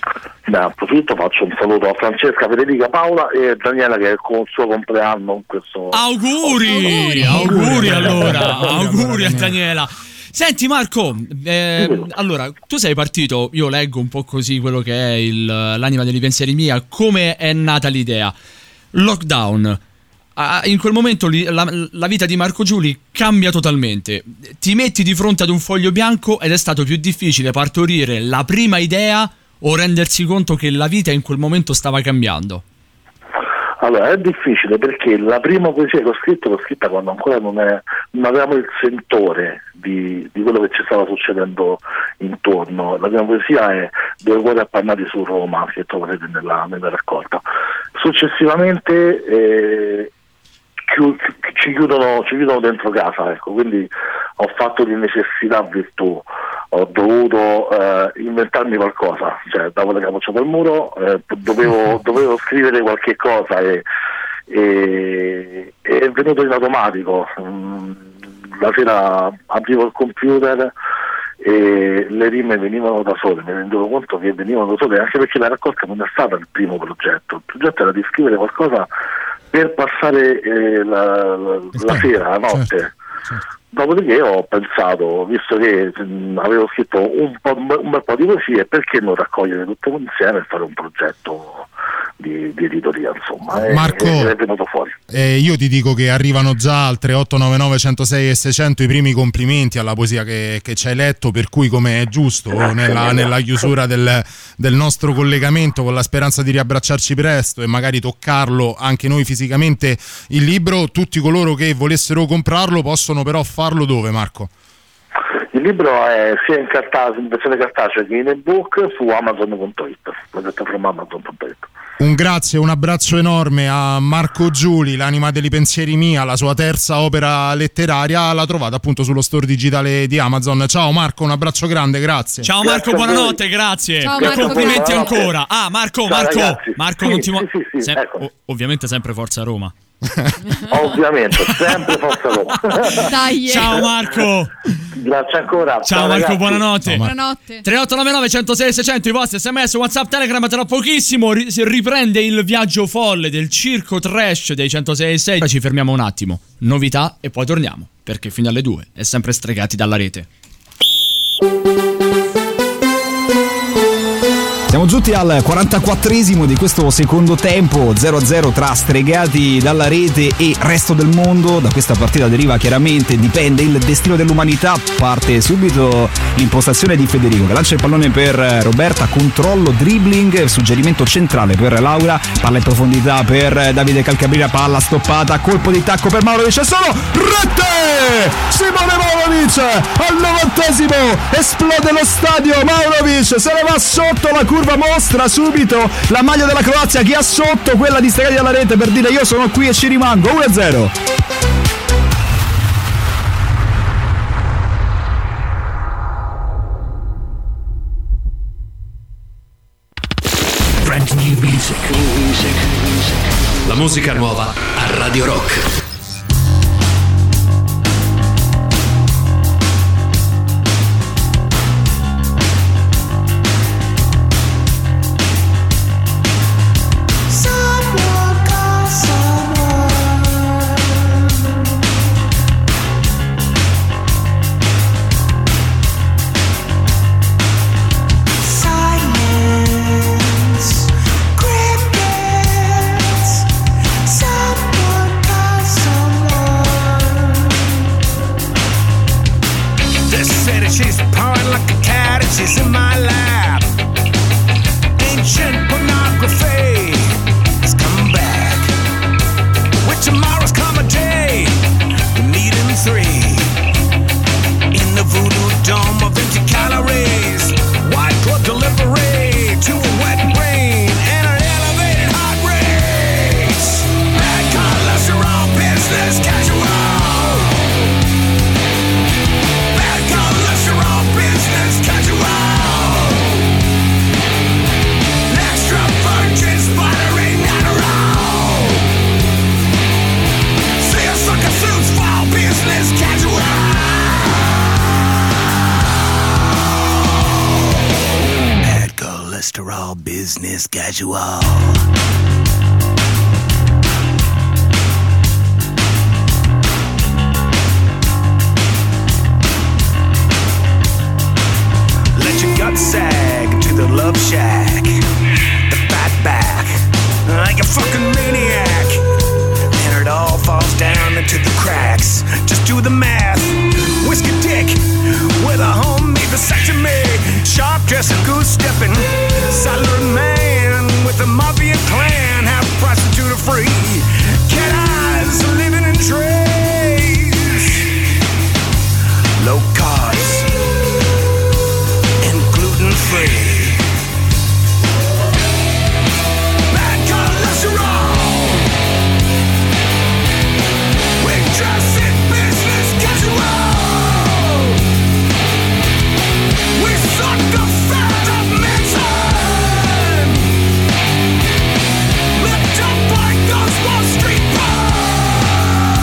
Ne approfitto, faccio un saluto a Francesca, Federica, Paola e Daniela che è con il suo compleanno in questo... Auguri! Auguri, auguri allora, auguri a Daniela. Senti Marco, eh, allora tu sei partito, io leggo un po' così quello che è il, l'anima dei pensieri mia, come è nata l'idea. Lockdown, ah, in quel momento li, la, la vita di Marco Giuli cambia totalmente, ti metti di fronte ad un foglio bianco ed è stato più difficile partorire la prima idea o rendersi conto che la vita in quel momento stava cambiando? Allora, è difficile perché la prima poesia che ho scritto l'ho scritta quando ancora non, è, non avevamo il sentore di, di quello che ci stava succedendo intorno. La prima poesia è Due cuori appannati su Roma, che troverete nella, nella raccolta. Successivamente eh, chi, ci, chiudono, ci chiudono dentro casa, ecco, quindi ho fatto di necessità virtù. Ho dovuto eh, inventarmi qualcosa, cioè dopo le capocciate al muro eh, dovevo, dovevo scrivere qualche cosa e, e, e è venuto in automatico. Mm, la sera aprivo il computer e le rime venivano da sole, mi rendevo conto che venivano da sole, anche perché la raccolta non è stata il primo progetto, il progetto era di scrivere qualcosa per passare eh, la, la, la sera, la notte. Certo, certo. Dopodiché ho pensato, visto che mh, avevo scritto un, po', un bel po' di poesie, perché non raccogliere tutte insieme e fare un progetto di, di editoria, insomma. Marco, e, è venuto fuori. Eh, io ti dico che arrivano già al tre otto nove nove uno zero sei e seicento i primi complimenti alla poesia che, che ci hai letto, per cui, come è giusto, nella, nella chiusura del, del nostro collegamento, con la speranza di riabbracciarci presto e magari toccarlo anche noi fisicamente, il libro, tutti coloro che volessero comprarlo possono però farlo dove, Marco? Il libro è sia in, carta- in versione cartacea che in ebook su amazon punto it, la piattaforma amazon punto it. Un grazie, un abbraccio enorme a Marco Giuli, l'anima dei pensieri mia, la sua terza opera letteraria, la trovate appunto sullo store digitale di Amazon. Ciao Marco, un abbraccio grande, grazie. Ciao Marco, buonanotte, grazie. Ciao, e Marco, complimenti buonanotte. ancora. Ah, Marco, Ciao, Marco, ragazzi. Marco, sì, non ti mo- sì, sì, sì, Sem- ecco. o- ovviamente sempre Forza Roma. Ovviamente, sempre Forza Roma. Dai, Ciao Marco. Grazie ancora. Ciao, Ciao Marco, ragazzi. buonanotte. Buonanotte. tre otto nove nove uno zero sei seicento i vostri sms, WhatsApp, Telegram. Tra pochissimo ri- si riprende il viaggio folle del circo trash dei centosei e sei. Ci fermiamo un attimo, novità e poi torniamo, perché fino alle due è sempre Stregati dalla rete. Siamo giunti al quarantaquattresimo di questo secondo tempo, zero a zero tra Stregati dalla rete e resto del mondo. Da questa partita deriva chiaramente, dipende il destino dell'umanità. Parte subito l'impostazione di Federico che lancia il pallone per Roberta, controllo, dribbling, suggerimento centrale per Laura, palla in profondità per Davide Calcabrina, palla stoppata, colpo di tacco per Maurovic e solo rete! Simone Maurovic al novantesimo esplode lo stadio. Maurovic se ne va sotto la curva, mostra subito la maglia della Croazia che ha sotto quella di Stregati dalla rete per dire io sono qui e ci rimango. Uno a zero. Brand new music. New music. La musica nuova a Radio Rock. Crickets, someone got business casual. Let your gut sag to the love shack, the fat back, like a fucking maniac. And it all falls down into the cracks. Just do the math. Whiskey dick with a homemade vasectomy. Sharp dressing, goose stepping. Salary man with a mafia clan. Half prostitute free. Cat eyes living in trays. Low carbs and gluten free. Bad cholesterol. We dress in business casual. We suck the fat of medicine. Lift up like those Wall Street bums.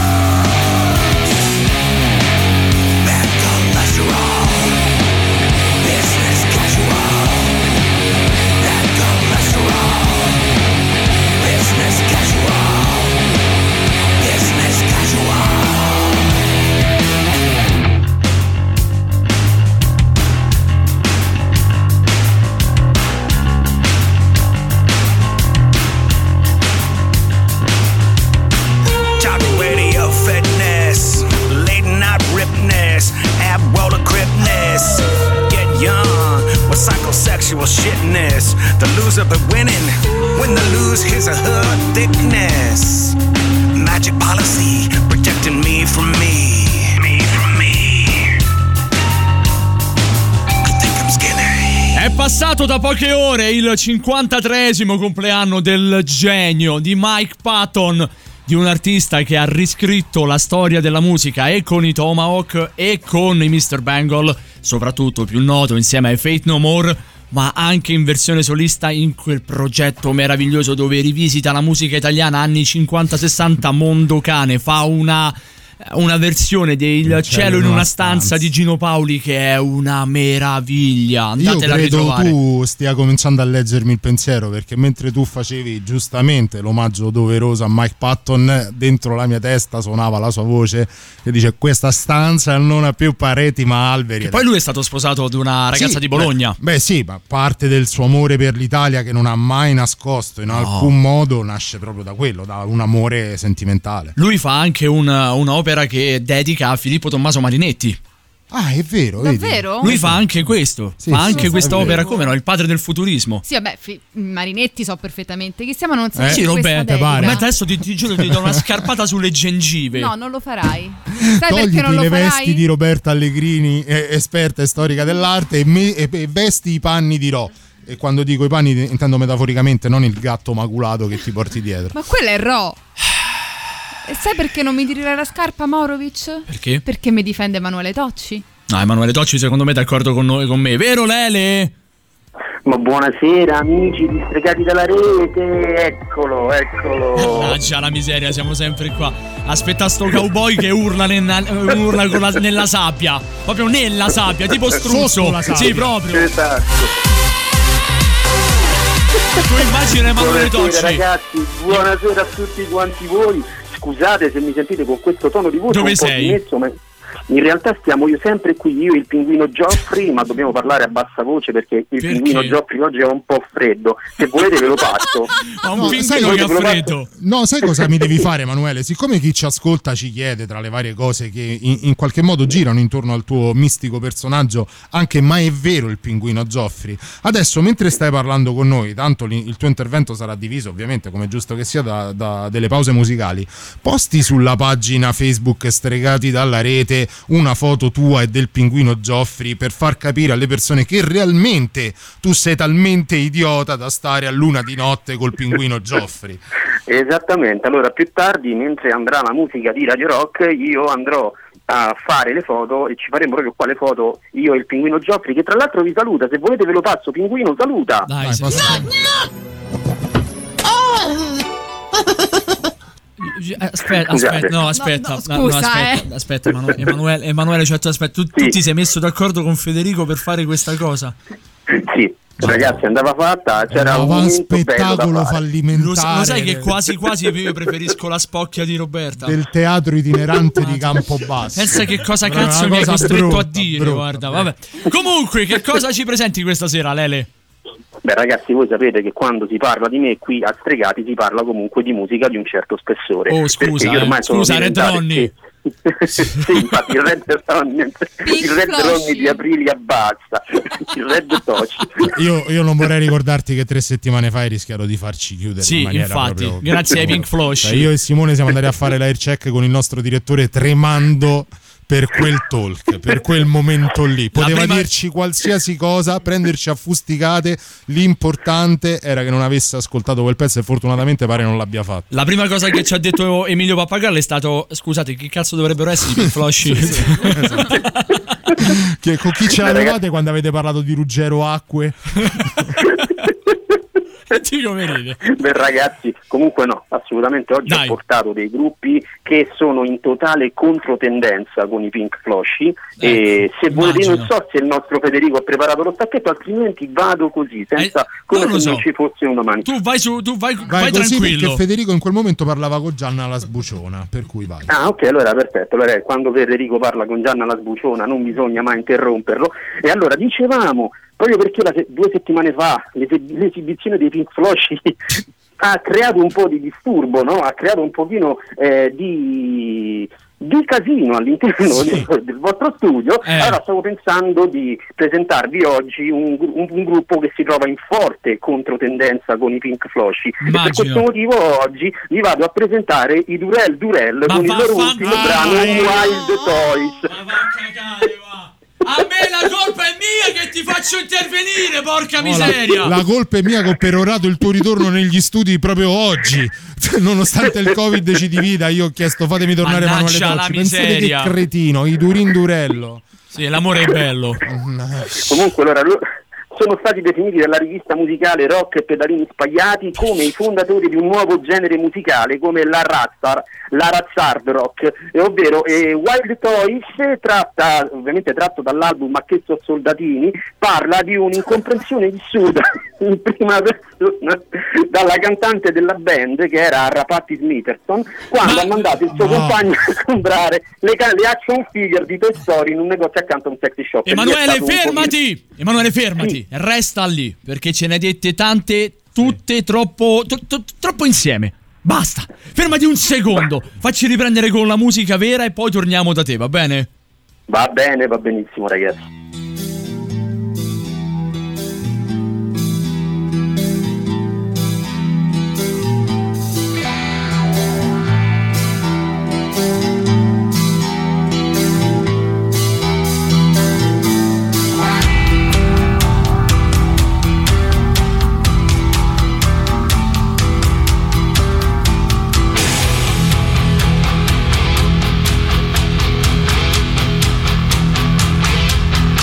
Bad cholesterol. Business casual. Bad cholesterol. Business casual. Business casual. Talk radio fitness, late night ripness, ab roller gripness. Get young with psychosexual shitness. The loser but winning when the lose his or her thickness. Magic policy protecting me from me. Me from me. I think I'm skinny. È passato da poche ore il cinquantatreesimo compleanno del genio di Mike Patton, di un artista che ha riscritto la storia della musica e con i Tomahawk e con i mister Bangle, soprattutto più noto insieme ai Faith No More, ma anche in versione solista in quel progetto meraviglioso dove rivisita la musica italiana anni cinquanta sessanta. Mondo Cane fa una una versione del Cielo in una stanza di Gino Paoli che è una meraviglia. Andatela a ritrovare. Io credo tu stia cominciando a leggermi il pensiero, perché mentre tu facevi giustamente l'omaggio doveroso a Mike Patton, dentro la mia testa suonava la sua voce che dice: questa stanza non ha più pareti ma alberi. E poi lui è stato sposato ad una ragazza sì, di Bologna. Beh, beh sì, ma parte del suo amore per l'Italia, che non ha mai nascosto in no. alcun modo, nasce proprio da quello, da un amore sentimentale. Lui fa anche un, un'opera che dedica a Filippo Tommaso Marinetti. Ah, è vero, davvero? Vedi? Lui fa anche questo, sì, fa sì, anche sì, questa opera, come no? Il padre del futurismo. Sì, vabbè, fi- Marinetti so perfettamente chi siamo, non so eh? Sì, Roberta, pare. Ma adesso ti, ti giuro ti do una scarpata sulle gengive. No, non lo farai. Sai Togliti perché non lo le farai? vesti di Roberta Allegrini, eh, esperta e storica dell'arte, e, me- e-, e vesti i panni di Ro. E quando dico i panni intendo metaforicamente, non il gatto maculato che ti porti dietro. Ma quello è Ro. E sai perché non mi tirare la scarpa, Maurovic? Perché? Perché mi difende Emanuele Tocci. No, Emanuele Tocci secondo me è d'accordo con noi, con me, vero Lele? Ma buonasera amici distregati dalla rete, eccolo, eccolo. Mannaggia la miseria, siamo sempre qua. Aspetta sto cowboy che urla, nella, urla con la, nella sabbia, proprio nella sabbia, tipo struzzo. Sì, proprio. Esatto. Tu immagina Emanuele Tocci. Ragazzi, buonasera a tutti quanti voi. Scusate se mi sentite con questo tono di voce. Dove un sei? Po' dimesso, ma in realtà stiamo io sempre qui, io e il pinguino Geoffrey, ma dobbiamo parlare a bassa voce perché il perché? pinguino Geoffrey oggi è un po' freddo. Se volete ve lo passo. Ma un no, pinguino che ha freddo. No, sai cosa mi devi fare, Emanuele? Siccome chi ci ascolta ci chiede, tra le varie cose che in, in qualche modo girano intorno al tuo mistico personaggio, anche ma è vero il pinguino Geoffrey, adesso mentre stai parlando con noi, tanto il tuo intervento sarà diviso ovviamente, come giusto che sia, da, da delle pause musicali, posti sulla pagina Facebook Stregati dalla Rete una foto tua e del pinguino Geoffrey per far capire alle persone che realmente tu sei talmente idiota da stare a luna di notte col pinguino Geoffrey. Esattamente, allora più tardi, mentre andrà la musica di Radio Rock, io andrò a fare le foto e ci faremo proprio qua le foto io e il pinguino Geoffrey, che tra l'altro vi saluta. Se volete ve lo passo, pinguino, saluta. Dai, Dai, posso... no, no! Oh! Aspetta, aspetta, no, aspetta, no, no, scusa, no, aspetta, eh. aspetta, Emanuele, Emanuele, Emanuele, cioè, tu, aspetta, tu, sì. tu ti sei messo d'accordo con Federico per fare questa cosa? Sì. Ragazzi, andava fatta, c'era Andava un un momento spettacolo bello da fare. fallimentare. Lo, sa- lo sai che quasi quasi io preferisco la spocchia di Roberta Del teatro itinerante di Campobasso. Pensa che cosa Però è cazzo una mi hai cosa costretto brutta, a dire, brutta, guarda, vabbè. Comunque, che cosa ci presenti questa sera, Lele? Beh ragazzi, voi sapete che quando si parla di me qui a Stregati si parla comunque di musica di un certo spessore. Oh scusa, Perché io ormai eh, sono scusa Red diventato- Ronnie. sì, infatti il Red Ronnie, il Red Ronnie di Aprilia basta, il Red Touch. Io, io non vorrei ricordarti che tre settimane fa hai rischiato di farci chiudere. Sì, in maniera infatti, proprio- grazie ai Pink Floyd. Cioè, io e Simone siamo andati a fare l'air check con il nostro direttore tremando per quel talk, per quel momento lì. Poteva prima- dirci qualsiasi cosa, prenderci a fusticate. L'importante era che non avesse ascoltato quel pezzo e fortunatamente pare non l'abbia fatto. La prima cosa che ci ha detto Emilio Pappagallo è stato: scusate, che cazzo dovrebbero essere i Pink Floyd? Che, con chi ce l'avevate quando avete parlato di Ruggero Acque? Beh ragazzi, comunque no, assolutamente oggi Dai. ho portato dei gruppi che sono in totale controtendenza con i Pink Floyd e se volete, immagino. non so se il nostro Federico ha preparato lo stacchetto, altrimenti vado così, senza, come non lo se so. non ci fosse una mano. Tu vai su, tu vai, Vai, vai così tranquillo. perché Federico in quel momento parlava con Gianna la sbuciona, per cui vai. Ah ok, allora perfetto, allora quando Federico parla con Gianna la sbuciona non bisogna mai interromperlo. E allora dicevamo, proprio perché la se- due settimane fa l'es- l'esibizione dei Pink Floyd ha creato un po' di disturbo, no? Ha creato un pochino eh, di, di casino all'interno del, del vostro studio. Eh. Allora stavo pensando di presentarvi oggi un, gru- un- un gruppo che si trova in forte controtendenza con i Pink Floyd e per Immagino. questo motivo oggi vi vado a presentare i Durel Durel Ma con il loro vaffanculo. ultimo brano Wild Toys. A me la colpa è mia che ti faccio intervenire, porca miseria. La, la colpa è mia che ho perorato il tuo ritorno negli studi proprio oggi. Nonostante il Covid ci divida, io ho chiesto fatemi tornare Mannaggia Emanuele la Tocci. Pensate che miseria. cretino, i Durin Durello. Sì, l'amore è bello. Comunque allora lo- sono stati definiti dalla rivista musicale Rock e Pedalini Spagliati come i fondatori di un nuovo genere musicale come la razzar, la razzard rock, e ovvero eh, Wild Toys, tratta, ovviamente tratto dall'album Ma che so soldatini, parla di un'incomprensione vissuta in prima persona dalla cantante della band che era Rapatti Smitherson quando ha mandato il suo no. compagno a comprare le, ca- le action figure di Toy Story in un negozio accanto a un sexy shop. E lì è Emanuele, stato un pochino- fermati! Emanuele, fermati! Resta lì, perché ce ne hai dette tante, tutte troppo, tro- tro- troppo insieme. Basta, fermati un secondo. Facci riprendere con la musica vera e poi torniamo da te, va bene? Va bene, va benissimo ragazzi. Wild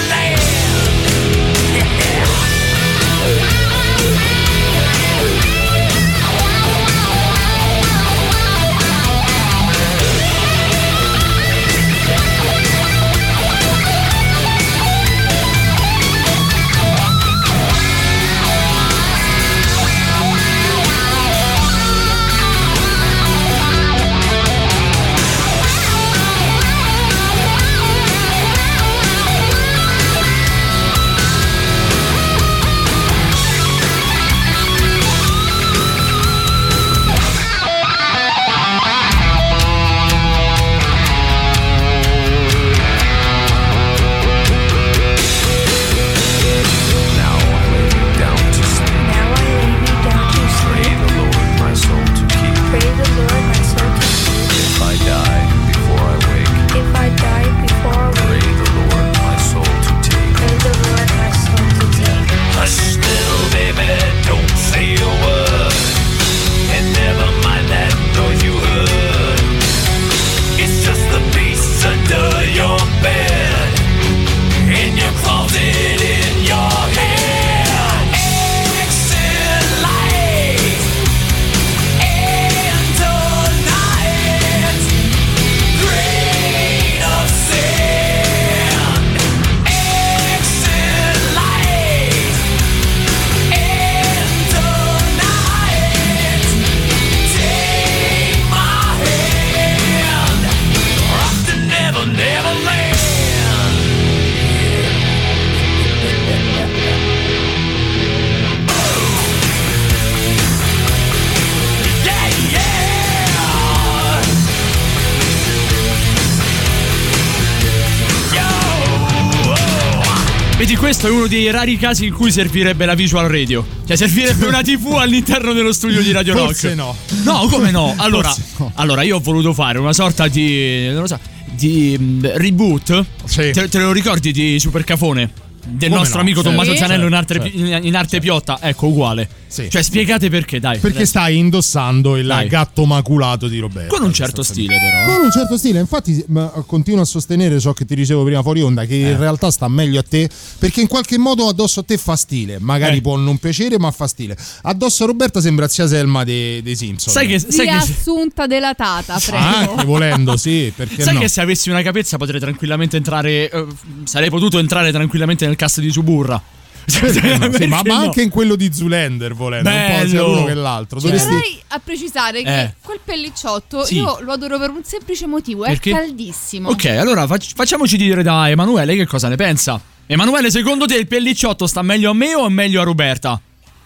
Vedi, questo è uno dei rari casi in cui servirebbe la visual radio. Cioè servirebbe una tivù all'interno dello studio di Radio Rock. Forse no. No, come no? Allora, no. allora io ho voluto fare una sorta di, non lo so, di um, reboot. Sì. Te, te lo ricordi di Super Cafone? Del Come nostro no? amico Certo. Tommaso Zanello in arte, Certo. in, in arte piotta. Ecco, uguale. Sì. Cioè spiegate perché, dai. Perché stai indossando il Dai. gatto maculato di Roberto. Con un certo stile però. Con un certo stile, infatti ma, continuo a sostenere ciò che ti dicevo prima fuori onda, che Eh. in realtà sta meglio a te, perché in qualche modo addosso a te fa stile. Magari Eh. può non piacere, ma fa stile. Addosso a Roberta sembra zia Selma dei, dei Simpson. Sai che, sai che, Riassunta delatata, prego. anche volendo, sì, perché sai no? che se avessi una capezza potrei tranquillamente entrare. eh, sarei potuto entrare tranquillamente nel cast di Suburra. Sì, ma, Perché ma no? anche in quello di Zoolander, volendo, un po' sia Bello. uno che l'altro. Cioè, Dovresti... Vorrei a precisare che Eh. quel pellicciotto Sì. io lo adoro per un semplice motivo, Perché? è caldissimo. Ok, allora fac- facciamoci dire da Emanuele che cosa ne pensa. Emanuele, secondo te il pellicciotto sta meglio a me o meglio a Roberta?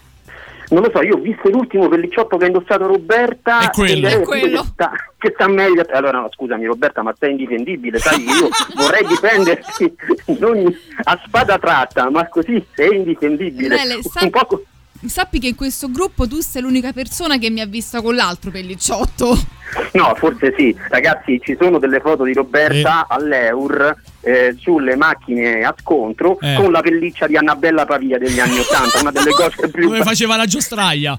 Non lo so, io ho visto l'ultimo pellicciotto che ha indossato Roberta. È quello. e direi È che sta, che sta meglio. a te. Allora, no, scusami, Roberta, ma sei indifendibile, sai? Io vorrei difenderti in ogni, a spada tratta, ma così sei indifendibile. Mele, Un sa- po' co- sappi che in questo gruppo tu sei l'unica persona che mi ha vista con l'altro pellicciotto. No, forse sì. Ragazzi, ci sono delle foto di Roberta all'Eur eh, sulle macchine a scontro Eh. con la pelliccia di Annabella Pavia degli anni Ottanta, una delle cose più Dove faceva la giostraia?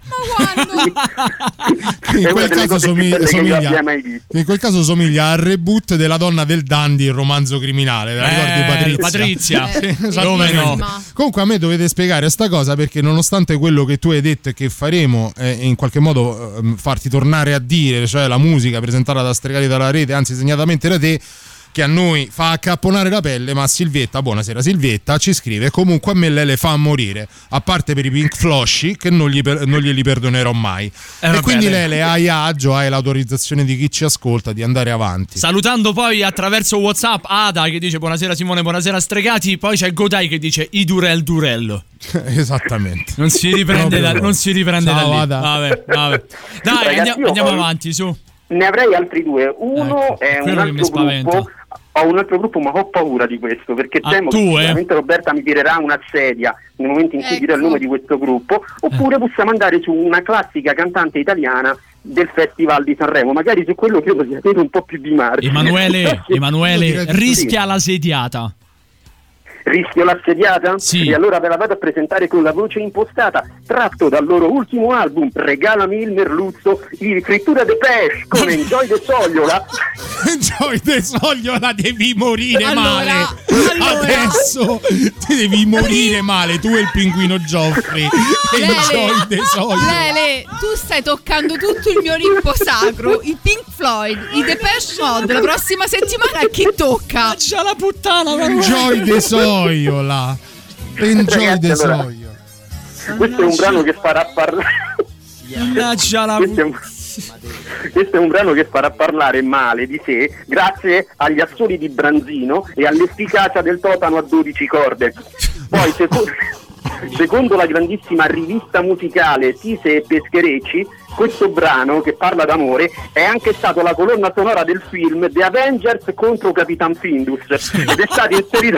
in è una quel delle caso cose più somiglia, belle che io somiglia- abbia mai visto. in quel caso somiglia al reboot della Donna del Dandy, il romanzo criminale. Te la ricordi, Eh, Patrizia? Patrizia. Sì, Eh, esattamente. come no? Comunque a me dovete spiegare sta cosa, perché nonostante quello che tu hai detto e che faremo eh, in qualche modo eh, farti tornare a dire, cioè la musica presentata da Stregati dalla Rete, anzi segnatamente da te, che a noi fa accapponare la pelle, ma Silvietta, buonasera Silvietta, ci scrive: comunque a me lei le fa morire, a parte per i Pink Flosci che non, gli per- non glieli perdonerò mai. Eh, e vabbè, quindi lei- lei le hai agio, hai l'autorizzazione di chi ci ascolta di andare avanti. Salutando poi attraverso WhatsApp Ada che dice buonasera Simone, buonasera Stregati. Poi c'è Godai che dice i Durel Durello. Esattamente. Non si riprende, da, non si riprende Ciao, da lì. Ada. Vabbè, vabbè. Dai, Ragazzi, andiamo, io andiamo ho- avanti, su. Ne avrei altri due. Uno Ecco, è un quello che mi altro spaventa. gruppo. Ho un altro gruppo, ma ho paura di questo, perché Ah, temo tu, che eh? sicuramente Roberta mi tirerà una sedia nel momento in cui dirò il Ecco. nome di questo gruppo, oppure possiamo andare su una classica cantante italiana del Festival di Sanremo. Magari su quello credo sia avere un po' più di margine. Emanuele, Emanuele Io direi di rischia sì. la sediata. Rischio la sediata? Sì. E allora ve la vado a presentare con la voce impostata, tratto dal loro ultimo album, Regalami il merluzzo, di scrittura Depeche con Enjoy the Sogliola. Enjoy De Sogliola, devi morire Allora, male. allora. Adesso ti devi morire male. Tu e il pinguino Geoffrey. Enjoy De Sogliola. Lele, tu stai toccando tutto il mio olimpo sacro. I Pink Floyd, i Depeche Mode. La prossima settimana a chi tocca? C'ha la puttana. Enjoy De Sogliola. Enjoy De allora, Sogliola. Questo è un brano che farà parlare. Mannaggia la questo, è un... questo è un brano che farà parlare male di sé grazie agli assoli di Branzino e all'efficacia del totano a dodici corde. Poi secondo, secondo la grandissima rivista musicale Tise e Pescherecci, questo brano che parla d'amore è anche stato la colonna sonora del film The Avengers contro Capitan Findus ed è stato inserito.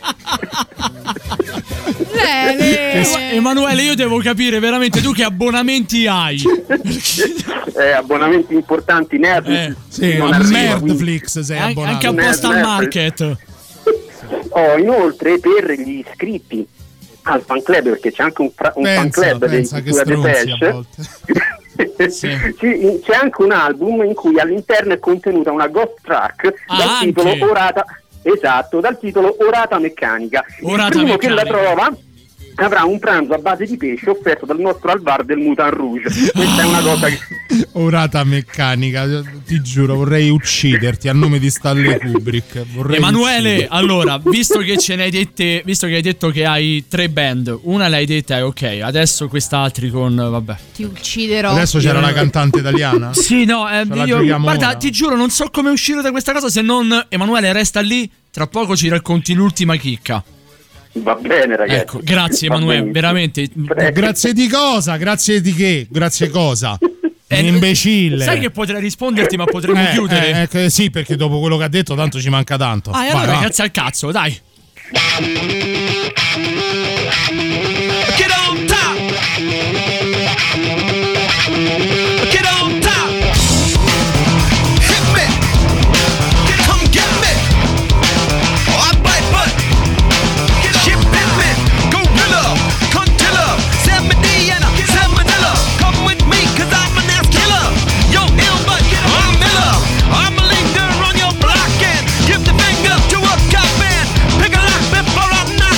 Eh, Emanuele, io devo capire veramente tu che abbonamenti hai. eh, abbonamenti importanti, Netflix. Eh, sì, non a arriva, Netflix sei An- abbonato. anche a Postal Market. Oh, inoltre per gli iscritti al fan club, perché c'è anche un, fra- un fan club dei Depeche. Sì. Sì, c'è anche un album in cui all'interno è contenuta una ghost track ah, dal anche. titolo Orata. Esatto, dal titolo Orata Meccanica. Orata Il primo meccanica. che la trova avrà un pranzo a base di pesce offerto dal nostro Alvar del Mouton Rouge. Questa è una cosa che... Orata Meccanica, ti giuro, vorrei ucciderti a nome di Stanley Kubrick. Vorrei Emanuele, ucciderti. allora, visto che ce ne hai dette, visto che hai detto che hai tre band, una l'hai detta e ok, adesso quest'altri con, vabbè. Ti ucciderò. Adesso c'era la cantante italiana? Sì, no, eh, io, guarda, ora. ti giuro, non so come uscire da questa cosa se non Emanuele resta lì, tra poco ci racconti l'ultima chicca. Va bene, ragazzi. Ecco, grazie Emanuele, veramente. Grazie di cosa? Grazie di che? Grazie cosa? Eh, Un imbecille. Sai che potrei risponderti, ma potremmo eh, chiudere. Eh, eh, sì, perché dopo quello che ha detto, tanto ci manca tanto. Ah, e Vai, allora va. grazie al cazzo, dai. Get on top. Get on top. Hit me. Come get me. Oh, I bite butt. Shit bit me. Gorilla. Contilla. San Medina. San Manila. Come with me, cause I'm an ass killer. Yo, ill but I'm Miller. I'm a leader on your block and give the finger to a cop man. Pick a lock before I'm not.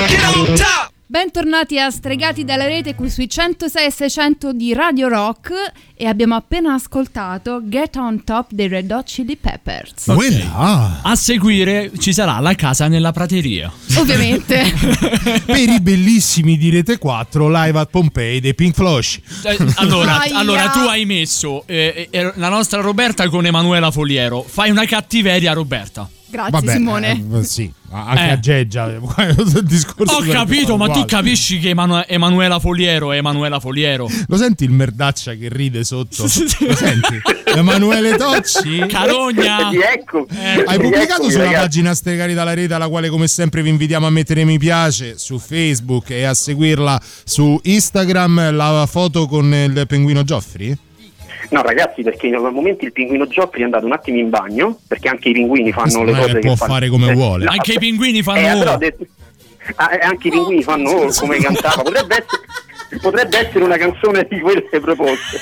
Bentornati a Stregati dalla Rete qui sui centosei e seicento di Radio Rock e abbiamo appena ascoltato Get On Top dei Red Hot Chili Peppers. Okay. A seguire ci sarà La casa nella prateria. Ovviamente. Per i bellissimi di Rete quattro live at Pompei dei Pink Floyd. Eh, allora, allora tu hai messo eh, eh, la nostra Roberta con Emanuela Foliero. Fai una cattiveria, Roberta. Grazie. Vabbè, Simone. Eh, sì, anche Eh. a Geggia. Ho capito, ma tu capisci che Emanu- Emanuela Foliero è Emanuela Foliero. Lo senti il merdaccia che ride sotto? Lo senti? Emanuele Tocci? Carogna. Ecco. Eh, Hai pubblicato Eccomi, sulla ragazzi. pagina Stregati dalla Rete, alla quale come sempre vi invitiamo a mettere mi piace su Facebook e a seguirla su Instagram, la foto con il pinguino Geoffrey? No ragazzi, perché al momento il pinguino Geoffrey è andato un attimo in bagno, perché anche i pinguini fanno le non è cose che che può fanno. fare come vuole. no, Anche i pinguini fanno eh, ora. però ho detto- ah, eh, anche i pinguini fanno oh, come cantava. Potrebbe essere, potrebbe essere una canzone di quelle proposte.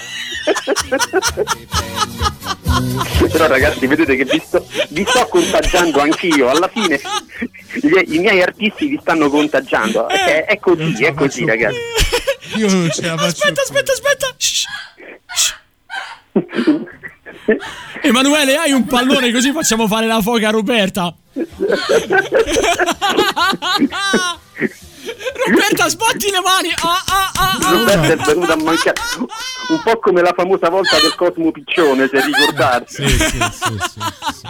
Però ragazzi, vedete che vi sto, vi sto contagiando anch'io. Alla fine i, i miei artisti vi stanno contagiando. È, è così, è così ragazzi. Io non ce la faccio. Aspetta, aspetta, aspetta. Shh. Shh. Emanuele, hai un pallone così facciamo fare la foca a Roberta. Roberta, sbatti le mani. Ah, ah, ah, ah. Roberta è venuta a mancare un po' come la famosa volta del Cosmo Piccione, se ricordate. Sì, sì, sì, sì, sì.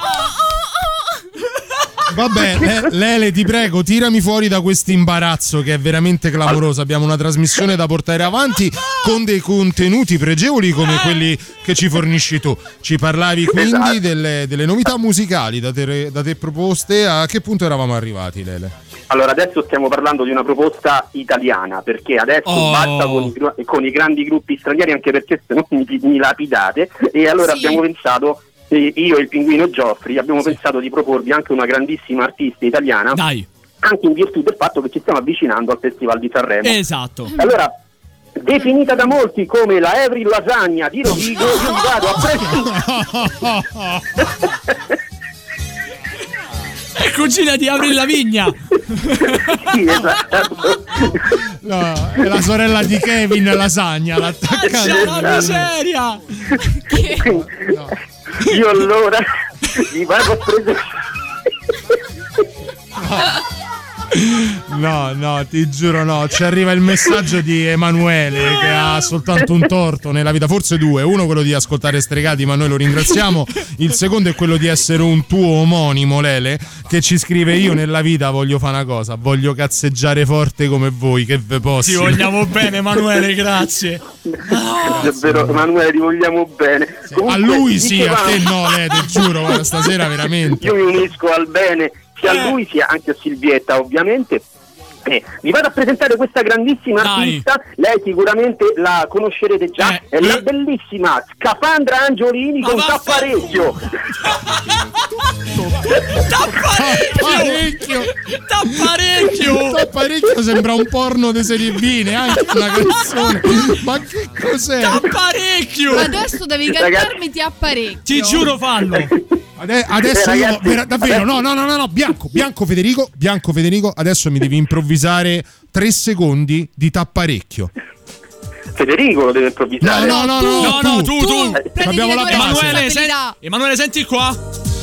Vabbè, eh, Lele, ti prego, tirami fuori da questo imbarazzo che è veramente clamoroso. Abbiamo una trasmissione da portare avanti con dei contenuti pregevoli come quelli che ci fornisci tu. Ci parlavi quindi Esatto. delle, delle novità musicali da te, da te proposte. A che punto eravamo arrivati, Lele? Allora, adesso stiamo parlando di una proposta italiana, perché adesso Oh. basta con i, gru- con i grandi gruppi stranieri, anche perché se no mi, mi lapidate. E allora Sì. abbiamo pensato, eh, io e il pinguino Geoffrey, abbiamo pensato di proporvi anche una grandissima artista italiana, Dai. anche in virtù del fatto che ci stiamo avvicinando al Festival di Sanremo. Esatto. Allora, definita da molti come la Avril Lasagna di Rovigo, io vi vado a presentare. È cugina di Avril Lavigne. Sì, esatto. No, è la sorella di Kevin Lasagna, l'attaccata. C'è la miseria. Io allora vi vado a presentare. No, no, ti giuro no, ci arriva il messaggio di Emanuele che ha soltanto un torto nella vita, forse due, uno quello di ascoltare Stregati, ma noi lo ringraziamo, il secondo è quello di essere un tuo omonimo, Lele, che ci scrive: io nella vita voglio fare una cosa, voglio cazzeggiare forte come voi, che ve posso. Ti vogliamo bene, Emanuele, grazie. Davvero, Emanuele, ti vogliamo bene. Comunque, A lui sì, a dicevamo- te no, Lele, ti giuro, guarda, stasera veramente. Io mi unisco al bene sia a lui sia anche a Silvietta, ovviamente. Eh, vi vado a presentare questa grandissima Dai. artista, lei sicuramente la conoscerete già, Eh, è la eh. bellissima Scafandra Angiolini Ma con vaffa- Tapparecchio. T'apparecchio. T'apparecchio. T'apparecchio sembra un porno di serie B, neanche una canzone. Ma che cos'è? T'apparecchio. Adesso devi cantarmi ti apparecchio. Ti giuro, fallo. Ade- adesso Eh, io ragazzi, vera- davvero adesso- no no no no no Bianco Bianco Federico Bianco Federico adesso mi devi improvvisare tre secondi di Tapparecchio. Federico lo deve improvvisare. No no no no, No, no, tu, tu. Prendi Abbiamo le la tue base. Emanuele, sen- responsabilità. Emanuele, senti qua.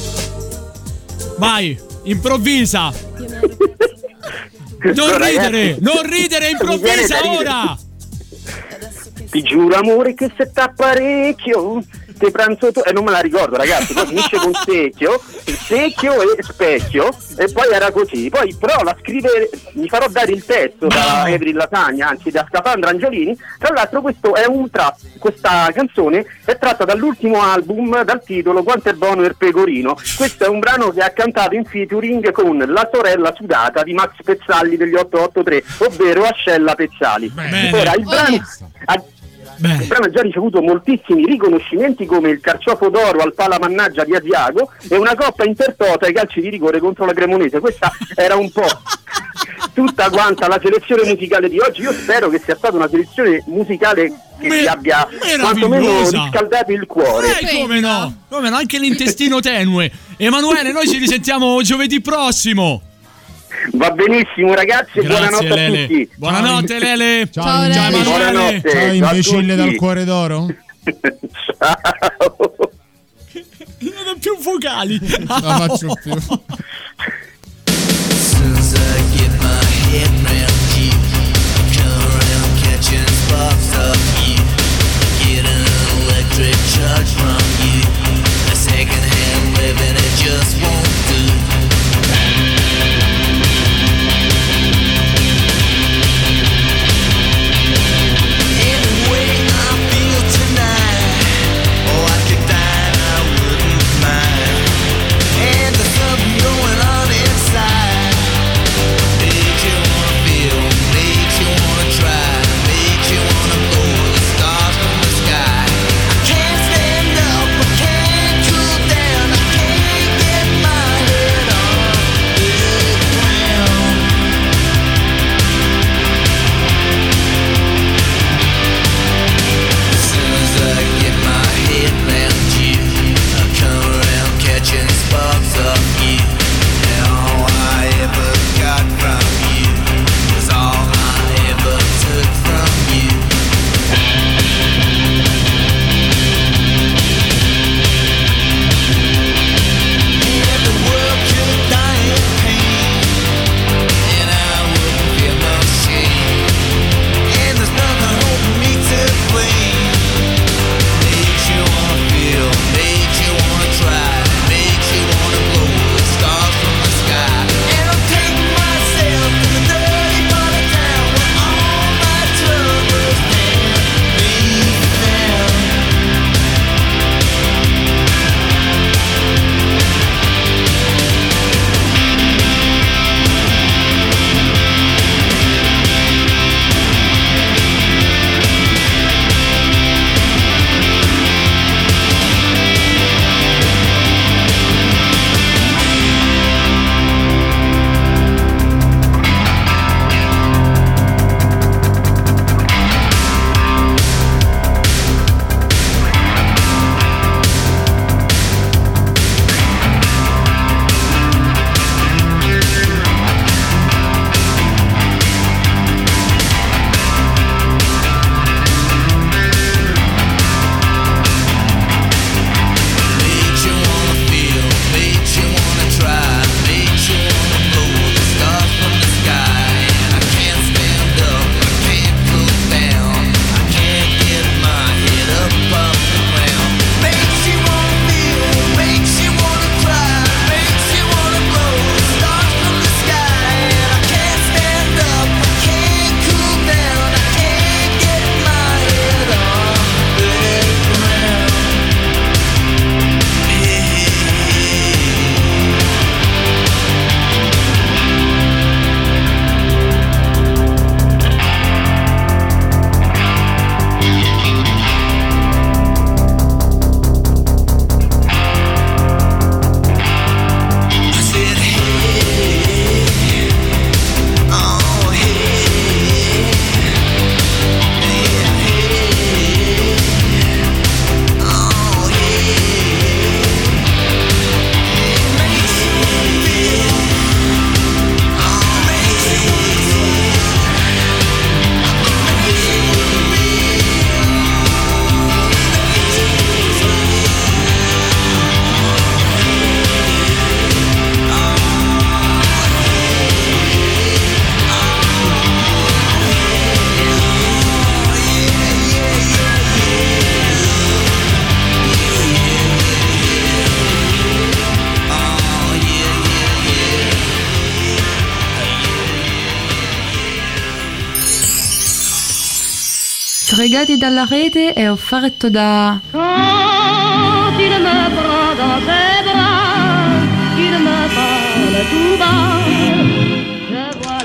Vai, improvvisa. Non No, ragazzi, ridere, non ridere, improvvisa mi viene da ridere. ora. Ti giuro amore che se t'apparecchio te pranzo tu. E eh, non me la ricordo ragazzi, poi finisce con secchio, secchio e specchio e poi era così. Poi però la scrive, mi farò dare il testo da Avril Lasagna, anzi da Scafandra Angiolini. Tra l'altro questo è un tra- questa canzone è tratta dall'ultimo album dal titolo Quanto è buono il pecorino. Questo è un brano che ha cantato in featuring con la sorella sudata di Max Pezzali degli otto otto tre, ovvero Ascella Pezzali. Bene. Ora il brano ha, Bene. il brano ha già ricevuto moltissimi riconoscimenti come il carciofo d'oro al pala mannaggia di Asiago e una coppa intertota ai calci di rigore contro la Cremonese. Questa era un po' tutta quanta la selezione musicale di oggi. Io spero che sia stata una selezione musicale che Me- vi abbia quantomeno meravigliosa. riscaldato il cuore. Eh, come no? Come no? Anche l'intestino tenue. Emanuele, noi ci risentiamo giovedì prossimo. Va benissimo ragazzi, e buonanotte Lele. a tutti. Buonanotte Lele. Ciao, Ciao, Lele. Lele. Buonanotte. Ciao Ciao a imbecille tutti. dal cuore d'oro. Non ho più vocali. Non la faccio più. Charge from you, a second hand living it just won't do. Anyway, I feel tonight, oh I could die and I wouldn't mind. And there's something going on inside, makes you wanna feel, makes you wanna try, makes you wanna blow the stars from the sky. Can't stand up, I can't cool down, I can't get my head off the ground. As soon as I get my head round you, I come around catching sparks of you. And all I ever got from you was all I ever took from you. And the world could die in pain, and I wouldn't feel no shame. And there's nothing holding me to blame. Makes you wanna feel, makes you wanna try, makes you wanna blow the stars from the sky. And I'm taking myself to the dirty part of town where all my troubles can be found. Makes you wanna feel, makes you wanna try, makes you wanna blow the stars from the sky. And I can't stand up, I can't cool down, I can't get my head up off the ground. Makes you wanna feel, makes you wanna try, makes you wanna blow the stars from the sky. And I can't stand up, I can't cool down, I can't get my head off the ground. I said, hey, oh, hey, yeah, hey, oh, hey, it makes you feel, oh, makes you Stregati dalla rete è offerto da Quand il me prend dans ses bras, il me parle tout bas, je vois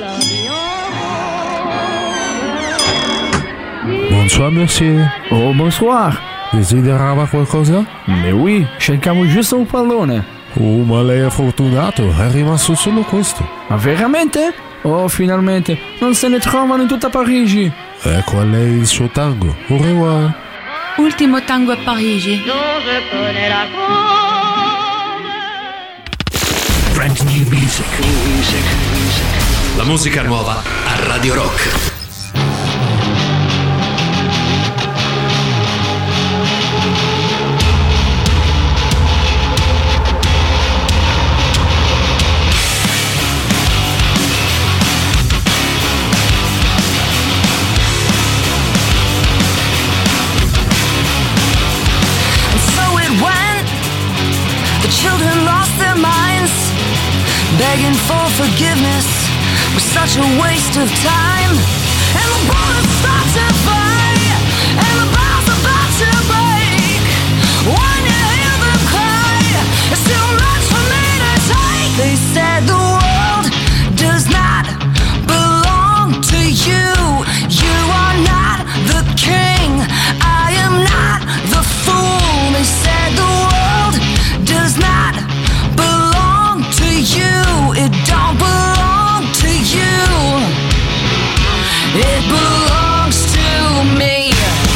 l'ambiance. Bonsoir monsieur. Oh, bonsoir. Desiderava qualcosa? Mais oui, cercavo giusto un pallone. Oh, ma lei è fortunato, è rimasto solo questo. Ma veramente? Oh, finalmente, non se ne trovano in tutta Parigi. Ecco a lei il suo tango. Au revoir. Ultimo tango a Parigi. Dont je connais la cause. Brand new music. New music. Music. La musica nuova a Radio Rock. Children lost their minds, begging for forgiveness was such a waste of time. And the bullets start to fly, and the bars about to break. When you hear them cry, it's too much for me to take. They said the world does not belong to you. You are not the king, I am not the fool. They said the world does not belong to you. It don't belong to you. It belongs to me.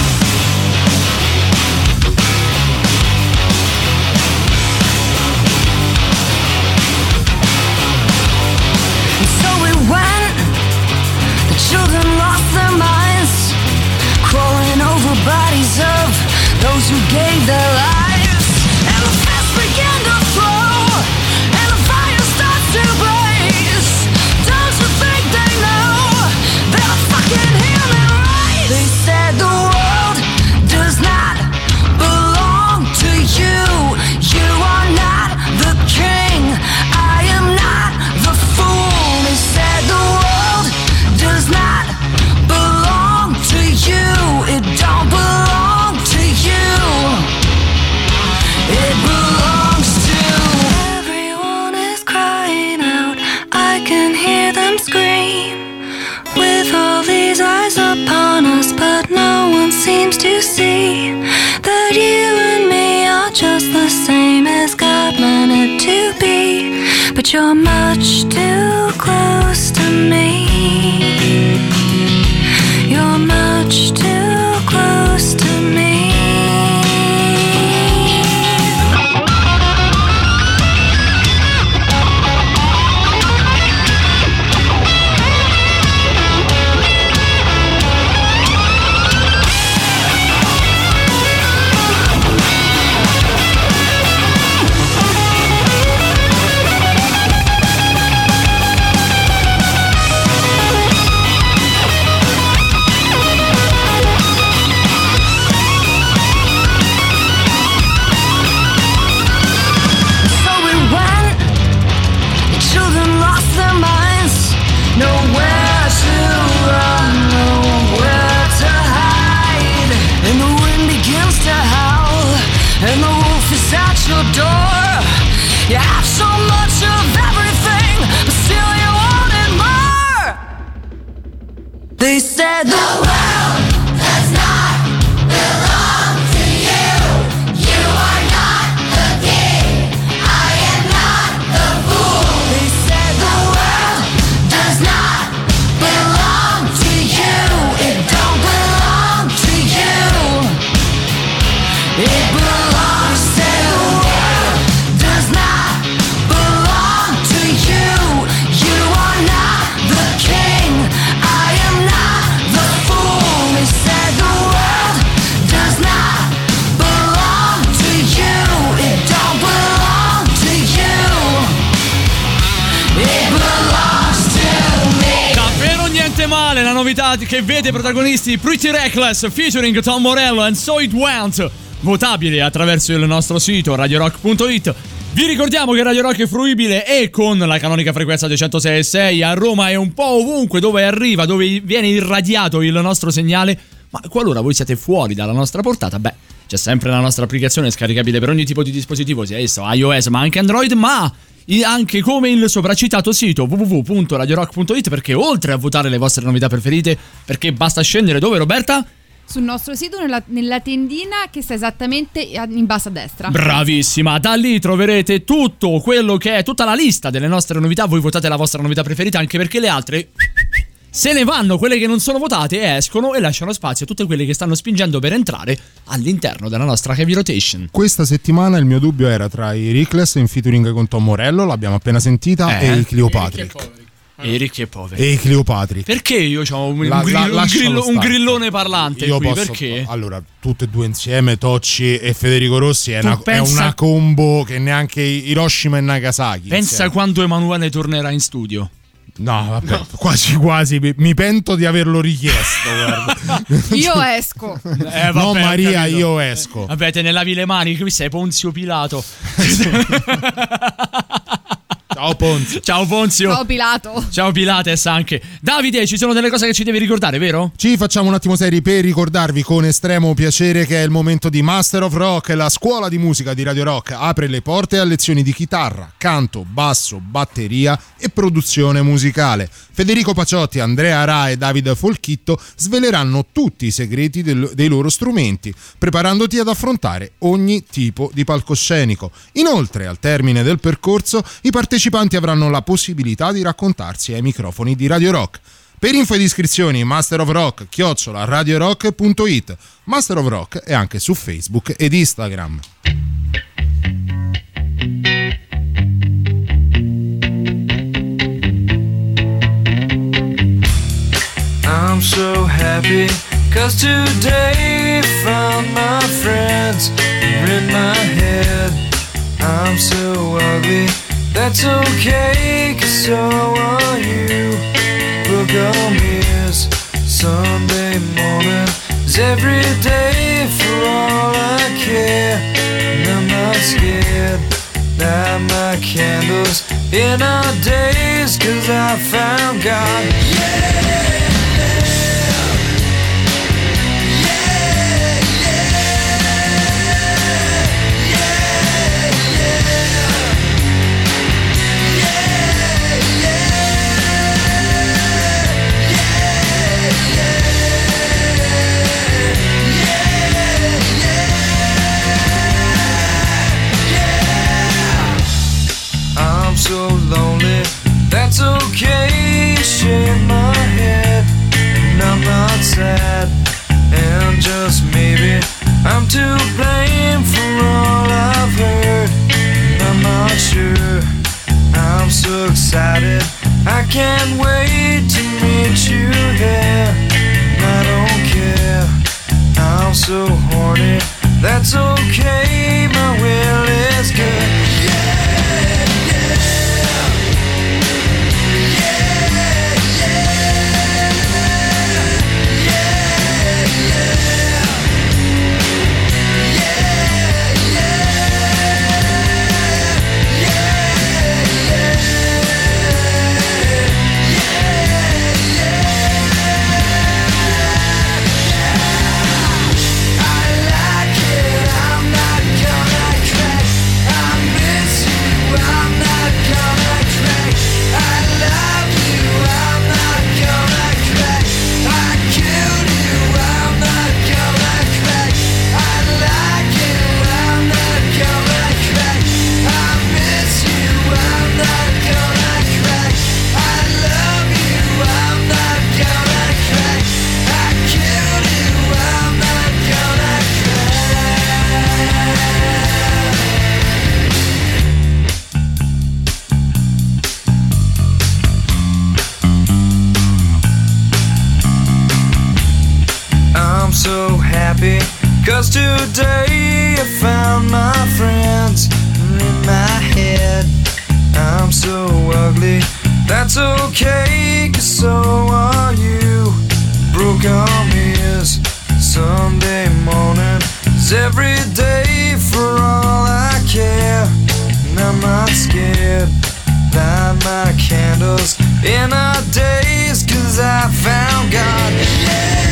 And so it went. The children lost their minds, crawling over bodies of those who gave their lives. And the fist began to flow, and the fire starts to blaze. Don't you think they know they'll fucking hear me right? They said the world does not belong to you. You are not the king, I am not the fool. They said the world does not belong to you. It don't belong to you. It belongs to everyone is crying out. I can hear them scream. With all these eyes upon us, but no one seems to see that you and me are just the same as God meant it to be. But you're much too close to me. You're much too close to me. Nowhere to run, nowhere to hide. And the wind begins to howl, and the wolf is at your door. You have so much of everything, but still you wanted more. They said the world does not belong to you. You are not the king, I am not the fool. They said the world does not belong to you. It don't belong to you. It belongs to the world. Does not belong to you. You are not the king, I am not the fool. They said the world does not belong to you. It don't belong to you. It belongs to me. Davvero niente male la novità che vede protagonisti Pretty Reckless featuring Tom Morello and So It Went, votabile attraverso il nostro sito radio rock punto it. Vi ricordiamo che Radio Rock è fruibile e con la canonica frequenza duecentosei e sei a Roma e un po' ovunque dove arriva, dove viene irradiato il nostro segnale. Ma qualora voi siete fuori dalla nostra portata, beh, c'è sempre la nostra applicazione scaricabile per ogni tipo di dispositivo, sia esso iOS ma anche Android, ma anche come il sopracitato sito w w w punto radio rock punto it, perché oltre a votare le vostre novità preferite, perché basta scendere dove, Roberta? Sul nostro sito, nella, nella tendina che sta esattamente in basso a destra. Bravissima, da lì troverete tutto quello che è, tutta la lista delle nostre novità. Voi votate la vostra novità preferita, anche perché le altre se ne vanno, quelle che non sono votate escono e lasciano spazio a tutte quelle che stanno spingendo per entrare all'interno della nostra heavy rotation. Questa settimana il mio dubbio era tra i Reckless in featuring con Tom Morello, l'abbiamo appena sentita, eh, e i Cleopatra. e i ricchi e poveri. E i Cleopatri. Perché io ho un, La- un, grill- la- un, grillo- un stare. grillone parlante Io qui? posso, Perché? Allora, tutte e due insieme, Tocci e Federico Rossi, è Tu una, pensa- è una combo che neanche Hiroshima e Nagasaki. Pensa insieme. quando Emanuele tornerà in studio. No, vabbè, no. quasi quasi mi, mi pento di averlo richiesto. Guarda. Io esco. Eh, vabbè, no, Maria, capito. io esco. Vabbè, te ne lavi le mani, qui sei Ponzio Pilato. Ciao Ponzio. Ciao Ponzio. Ciao Pilato. Ciao Pilates anche. Davide, ci sono delle cose che ci devi ricordare, vero? Ci facciamo un attimo seri per ricordarvi con estremo piacere che è il momento di Master of Rock. La scuola di musica di Radio Rock apre le porte a lezioni di chitarra, canto, basso, batteria e produzione musicale. Federico Paciotti, Andrea Ra e Davide Folchitto sveleranno tutti i segreti del, dei loro strumenti, preparandoti ad affrontare ogni tipo di palcoscenico. Inoltre, al termine del percorso, i partecipanti avranno la possibilità di raccontarsi ai microfoni di Radio Rock. Per info ed iscrizioni Master of Rock chiocciola radiorock punto it. Master of Rock è anche su Facebook ed Instagram. I'm so happy, cause today found my friends are in my head. I'm so ugly, that's okay, cause so are you. Book on ears, Sunday morning is every day for all I care. And I'm not scared, light my candles in our days, cause I found God. Yeah! I'm so lonely, that's okay, shake my head, and I'm not sad, and just maybe I'm to blame for all I've heard, and I'm not sure, I'm so excited, I can't wait to meet you there, and I don't care, I'm so horny, that's okay, my will is good, yeah. I'm so happy, cause today I found my friends in my head. I'm so ugly, that's okay, cause so are you. Broke arm is Sunday morning, is every day for all I care. And I'm not scared, light my candles in our days, cause I found God. Yeah!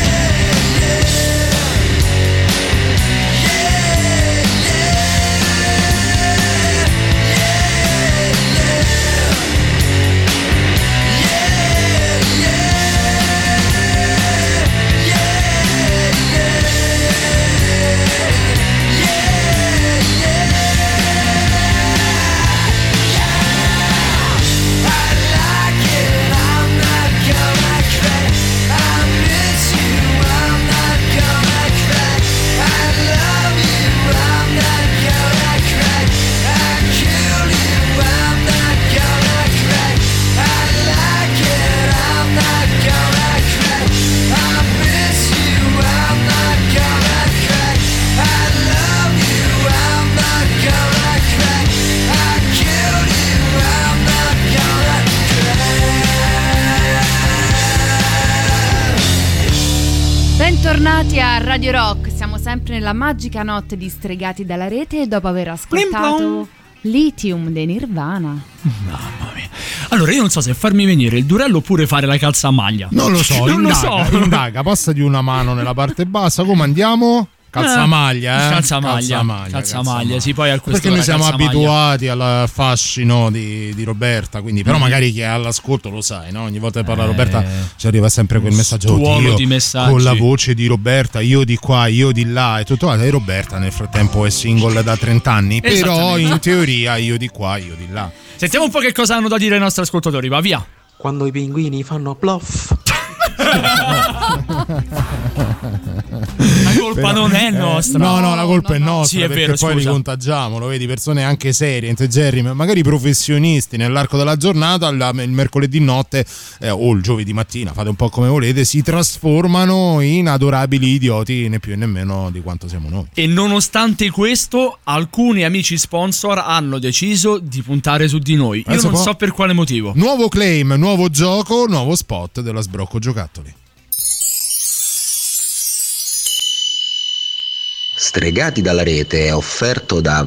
I'm Bentornati a Radio Rock, siamo sempre nella magica notte di Stregati dalla Rete dopo aver ascoltato Lithium dei Nirvana. Mamma mia. Allora io non so se farmi venire il durello oppure fare la calzamaglia. Non lo so, non indaga, lo so. indaga, passati una mano nella parte bassa, come andiamo? Calzamaglia, eh? Calzamaglia, calzamaglia, calzamaglia, sì, poi al questo perché noi siamo calzamaglia. abituati al fascino di, di Roberta, quindi però Mm. magari chi è all'ascolto lo sai, no? Ogni volta che parla Eh, Roberta ci arriva sempre quel messaggio stuolo "Oddio, di messaggi". con la voce di Roberta, io di qua, io di là e tutto. E Roberta nel frattempo è single da trenta anni, però Esattamente. in teoria io di qua, io di là. Sentiamo un po' che cosa hanno da dire i nostri ascoltatori, va via. Quando i pinguini fanno plof. La colpa non è nostra. No, no, la colpa è nostra. Sì, è perché vero, poi scusa. li contagiamo, lo vedi, persone anche serie, integerrime, magari professionisti nell'arco della giornata, la- il mercoledì notte eh, o il giovedì mattina, fate un po' come volete, si trasformano in adorabili idioti, né più né meno di quanto siamo noi. E nonostante questo, alcuni amici sponsor hanno deciso di puntare su di noi. Io Adesso non po- so per quale motivo. Nuovo claim, nuovo gioco, nuovo spot della Sbrocco Giocattoli. Stregati dalla Rete è offerto da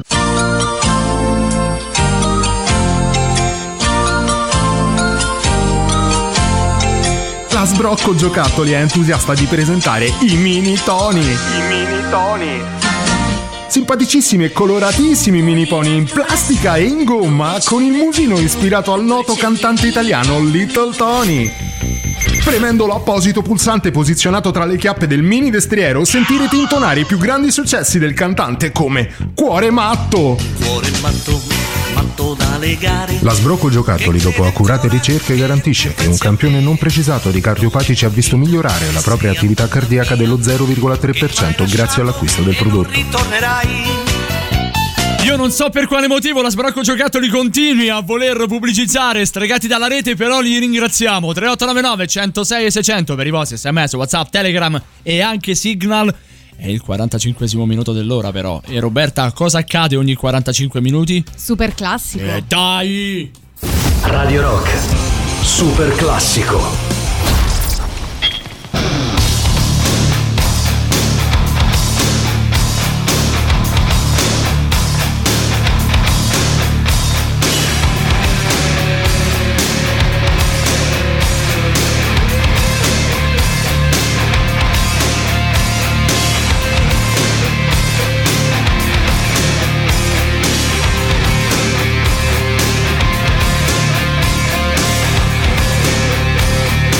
La Sbrocco Giocattoli è entusiasta di presentare i mini Tony. I mini Tony. Simpaticissimi e coloratissimi mini pony in plastica e in gomma con il musino ispirato al noto cantante italiano Little Tony. Premendo l'apposito pulsante posizionato tra le chiappe del mini destriero sentirete intonare i più grandi successi del cantante come Cuore matto. Cuore matto, matto da legare. La Sbrocco Giocattoli, dopo accurate ricerche, garantisce che un campione non precisato di cardiopatici ha visto migliorare la propria attività cardiaca dello zero virgola tre per cento grazie all'acquisto del prodotto. Ritornerai. Io non so per quale motivo la Sbrocco Giocattoli continui a voler pubblicizzare Stregati dalla Rete, però li ringraziamo. tre otto nove nove, centosei e seicento per i vostri sms, WhatsApp, Telegram e anche Signal. È il quarantacinquesimo minuto dell'ora però. E Roberta, cosa accade ogni quarantacinque minuti? Super classico. Eh dai! Radio Rock, super classico. Thank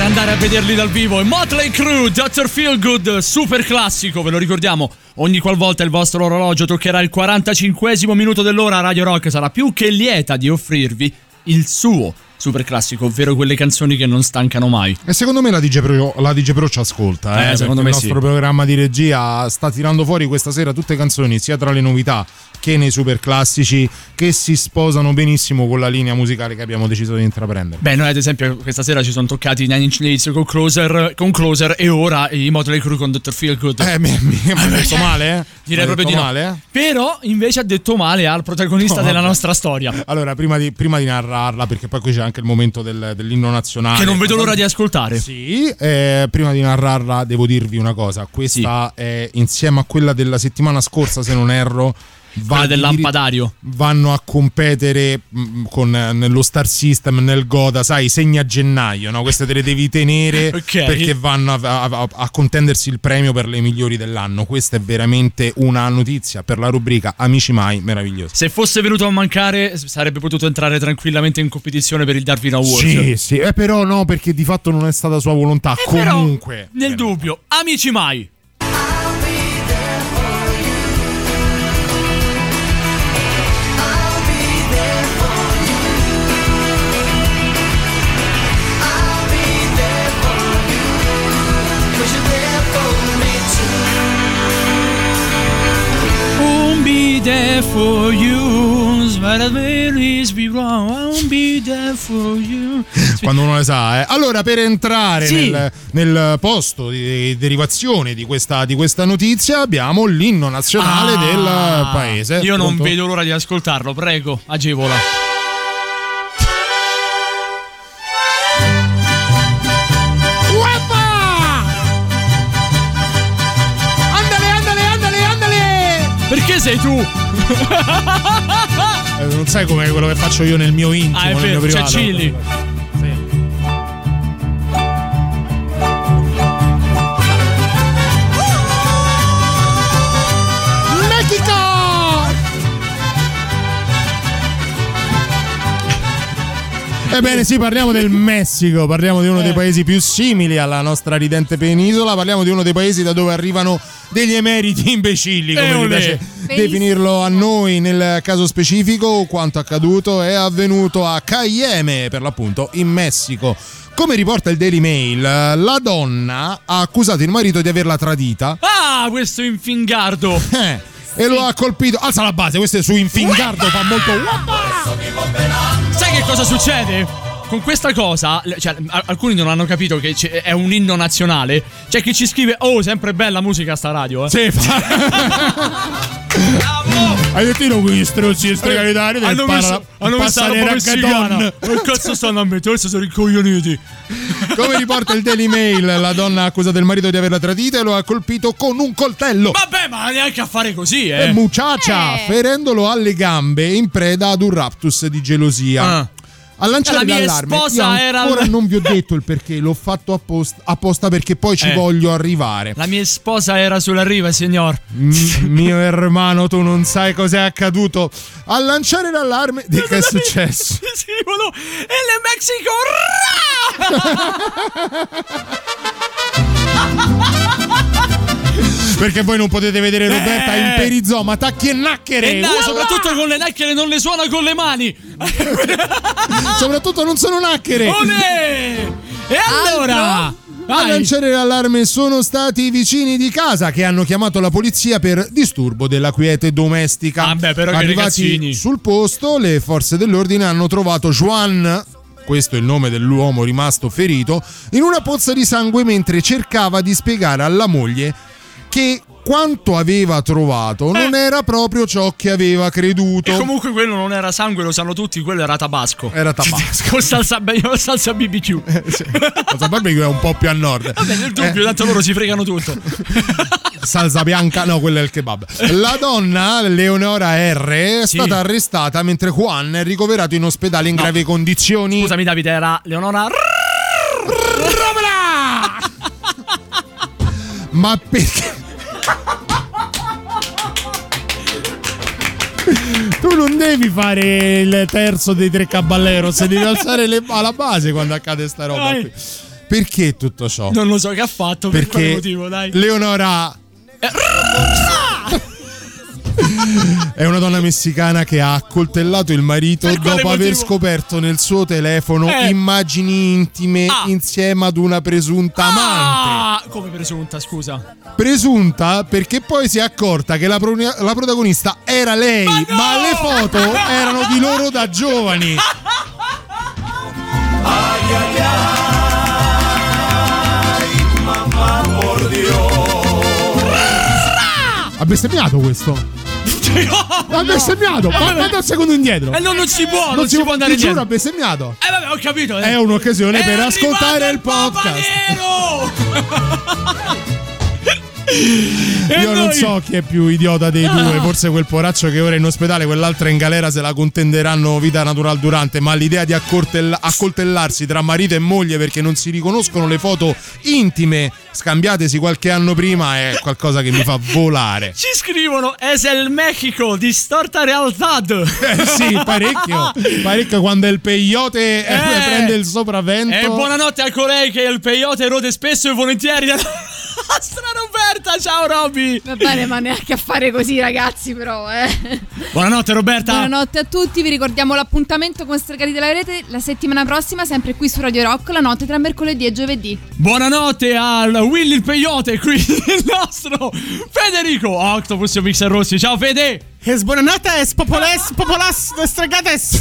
andare a vederli dal vivo. E Motley Crue, doctor Feelgood, super classico, ve lo ricordiamo. Ogni qualvolta il vostro orologio toccherà il quarantacinquesimo minuto dell'ora, Radio Rock sarà più che lieta di offrirvi il suo super classico, ovvero quelle canzoni che non stancano mai. E secondo me la D J Pro, la D J Pro ci ascolta, eh, eh secondo me il nostro sì. programma di regia sta tirando fuori questa sera tutte canzoni sia tra le novità che nei super classici, che si sposano benissimo con la linea musicale che abbiamo deciso di intraprendere. Beh, noi ad esempio questa sera ci sono toccati Nine Inch Nails con Closer, con Closer e ora i Motley Crue con doctor Feelgood. Eh, mi, mi, mi ha detto male, eh? Direi proprio di no. Male, eh? Però invece ha detto male al protagonista no, della vabbè. nostra storia. Allora, prima di, prima di narrarla, perché poi qui c'è anche il momento del, dell'inno nazionale, che non vedo l'ora di ascoltare. Sì, eh, prima di narrarla devo dirvi una cosa. Questa sì. è insieme a quella della settimana scorsa, se non erro, Va del lampadario. Vanno a competere mh, con nello Star System, nel Goda, sai, segni a gennaio, no? Queste te le devi tenere okay. perché vanno a, a, a contendersi il premio per le migliori dell'anno. Questa è veramente una notizia per la rubrica Amici Mai meravigliosa. Se fosse venuto a mancare sarebbe potuto entrare tranquillamente in competizione per il Darwin Award. Sì, sì, eh, però no, perché di fatto non è stata sua volontà. E comunque però, nel dubbio, Amici Mai. There for you, be wrong, I'll be there for you. Quando uno le sa, eh. Allora, per entrare sì. nel, nel posto di derivazione di questa, di questa notizia, abbiamo l'inno nazionale ah, del paese. Io non Pronto? vedo l'ora di ascoltarlo, prego, agevola. Perché sei tu? eh, non sai com'è quello che faccio io nel mio intimo, ah, è nel vero, mio privato. C'è Chili. Sì. Mexico! Ebbene sì, parliamo del Messico, parliamo di uno dei paesi più simili alla nostra ridente penisola, parliamo di uno dei paesi da dove arrivano degli emeriti imbecilli, come mi piace definirlo a noi. Nel caso specifico, quanto accaduto è avvenuto a Cayenne, per l'appunto in Messico. Come riporta il Daily Mail, la donna ha accusato il marito di averla tradita. Ah, questo infingardo! Eh, sì. E lo ha colpito. Alza la base, questo è su infingardo, fa molto. Sai che cosa succede? Con questa cosa, cioè, alcuni non hanno capito che è un inno nazionale. C'è chi ci scrive: oh, sempre bella musica sta radio, eh. Sì, hai detto io qui struzzi e stregaritari del hanno messo, hanno messo la roba messicana. Che cazzo stanno a mettere? Questi sono rincoglioniti. Come riporta il Daily Mail, la donna ha accusato il marito di averla tradita e lo ha colpito con un coltello. Vabbè, ma neanche a fare così, eh. E muchacha, eh. ferendolo alle gambe in preda ad un raptus di gelosia. Ah. A lanciare la mia l'allarme. sposa Io era ancora non vi ho detto il perché, l'ho fatto apposta, apposta perché poi ci eh. voglio arrivare. La mia sposa era sulla riva, signor. M- mio hermano, tu non sai cos'è accaduto. A lanciare l'allarme, di che è successo? Sì, no. E le Mexico. Perché voi non potete vedere Roberta eh. in perizoma, tacchi e nacchere. E na- soprattutto con le nacchere non le suona con le mani. Soprattutto non sono nacchere. Olè! E allora? A lanciare l'allarme sono stati i vicini di casa che hanno chiamato la polizia per disturbo della quiete domestica. Ah beh, però che Arrivati ragazzini. sul posto, le forze dell'ordine hanno trovato Juan, questo è il nome dell'uomo rimasto ferito, in una pozza di sangue mentre cercava di spiegare alla moglie che quanto aveva trovato non era proprio ciò che aveva creduto. E comunque quello non era sangue, lo sanno tutti, quello era tabasco. Era tabasco. Con salsa, salsa B B Q. Eh, sì. La salsa B B Q è un po' più a nord. Vabbè, nel dubbio, eh. tanto loro si fregano tutto. Salsa bianca, no, quello è il kebab. La donna, Leonora R, è sì. stata arrestata mentre Juan è ricoverato in ospedale in no. gravi condizioni. Scusami Davide, era Leonora Ma perché? Tu non devi fare il terzo dei tre caballeros, devi alzare le, alla base quando accade sta roba qui. Perché tutto ciò? Non lo so che ha fatto, per Perché quale motivo, dai. Leonora è una donna messicana che ha accoltellato il marito Per quale dopo aver motivo? scoperto nel suo telefono Eh. immagini intime Ah. insieme ad una presunta amante. Ah, come presunta, scusa. Presunta perché poi si è accorta che la, pro- la protagonista era lei, ma, no! ma le foto erano di loro da giovani. Ha bestemmiato questo. Ha bestemmiato. Ma manda un secondo indietro. E non, non si può, non, Non si può andare ti giuro, indietro. ha bestemmiato. Eh vabbè, ho capito. eh. È un'occasione È per arrivato ascoltare il Papa podcast. Nero! E Io non noi- so chi è più idiota dei Ah. due, forse quel poraccio che ora è in ospedale, quell'altra in galera se la contenderanno vita natural durante, ma l'idea di accortell- accoltellarsi tra marito e moglie perché non si riconoscono le foto intime scambiatesi qualche anno prima è qualcosa che mi fa volare. Ci scrivono es el Mexico, distorta realtà. Eh sì, parecchio, parecchio quando il peyote eh, Eh. prende il sopravvento. E buonanotte a colei che il peyote rode spesso e volentieri la nostra Roberta. Ciao Robby. Va bene, ma neanche a fare così, ragazzi, però, eh. Buonanotte Roberta. Buonanotte a tutti, vi ricordiamo l'appuntamento con Stregati della Rete la settimana prossima, sempre qui su Radio Rock, la notte tra mercoledì e giovedì. Buonanotte al Willy il peyote, qui il nostro Federico Octopus Mixer Rossi. Ciao Fede. E buonanotte, es popoles, popolas, stregates.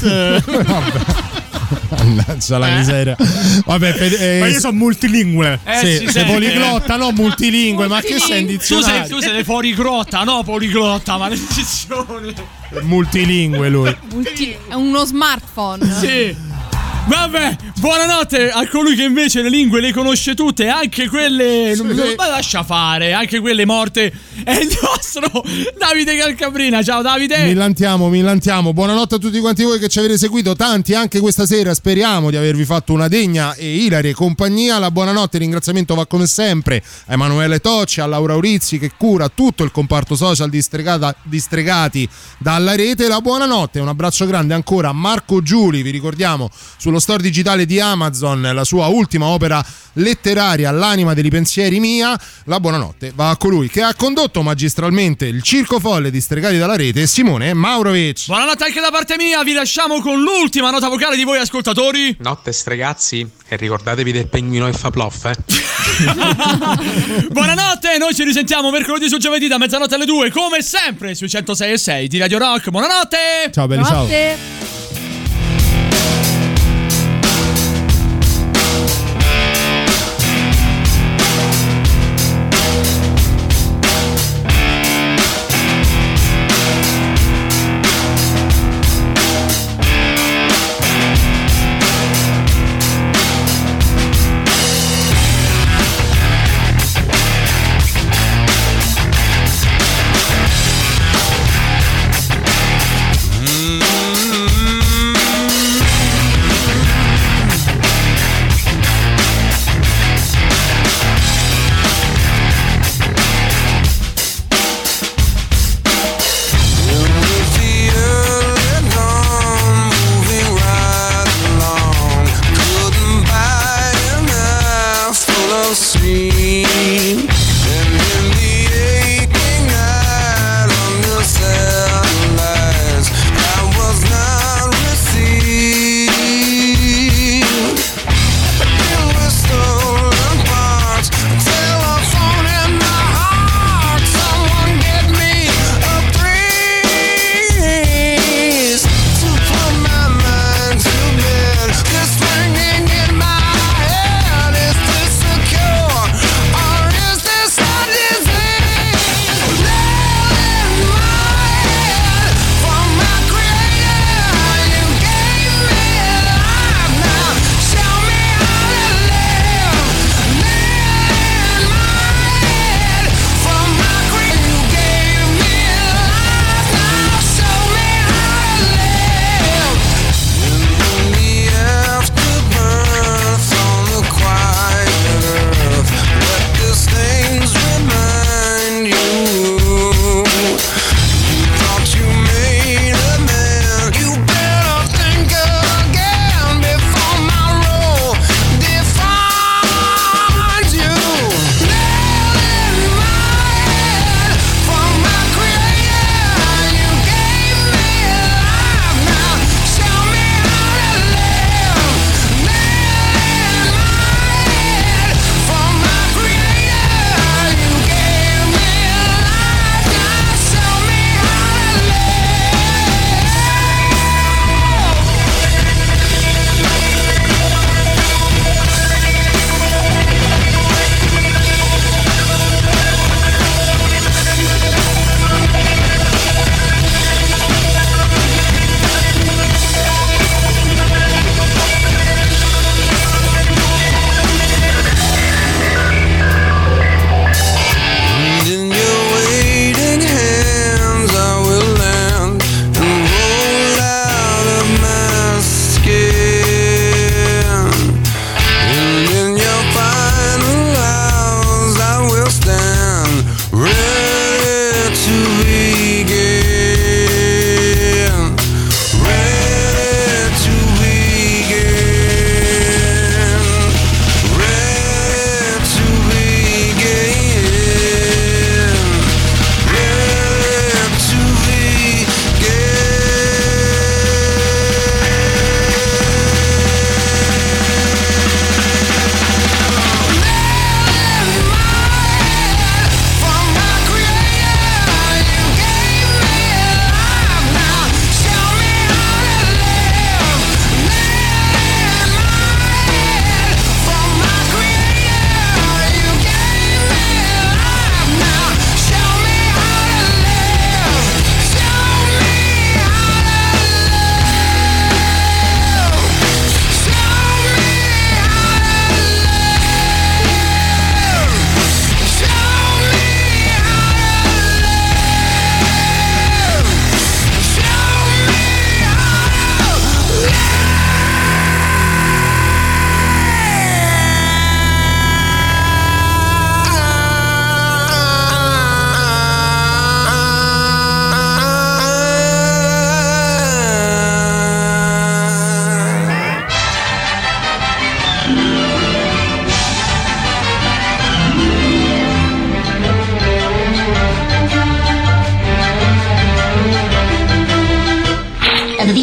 Mannaggia la miseria. Vabbè, Fede- eh, Ma io sono multilingue. Eh, sì, si sei sente. poliglotta, no multilingue, ma che sei in Tu sei, dizionario? tu sei fuori grotta, no poliglotta, maledizione. Multilingue lui. Multi- è uno smartphone. Sì. Vabbè, buonanotte a colui che invece le lingue le conosce tutte, anche quelle. Sì. Non, ma lascia fare, anche quelle morte. È il nostro Davide Calcabrina. Ciao Davide. Millantiamo, millantiamo. Buonanotte a tutti quanti voi che ci avete seguito, tanti anche questa sera. Speriamo di avervi fatto una degna e ilarie compagnia. La buonanotte, il ringraziamento va come sempre a Emanuele Tocci, a Laura Urizzi che cura tutto il comparto social di, Stregata, di Stregati dalla Rete. La buonanotte, un abbraccio grande ancora a Marco Giuli. Vi ricordiamo sullo store digitale di Amazon la sua ultima opera letteraria, L'anima dei pensieri mia. La buonanotte va a colui che ha condotto magistralmente il Circo Folle di Stregati dalla Rete, Simone Maurovic. Buonanotte anche da parte mia, vi lasciamo con l'ultima nota vocale di voi ascoltatori. Notte stregazzi e ricordatevi del pinguino e fa plof, eh. Buonanotte, noi ci risentiamo mercoledì su giovedì da mezzanotte alle due, come sempre sui centosei e sei di Radio Rock. Buonanotte. Ciao belli, ciao. Mm-hmm.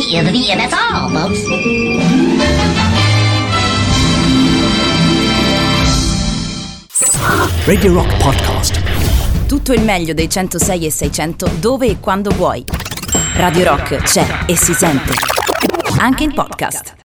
via, via, that's all, folks. Radio Rock Podcast. Tutto il meglio dei centosei e seicento dove e quando vuoi. Radio Rock c'è e si sente. Anche in podcast.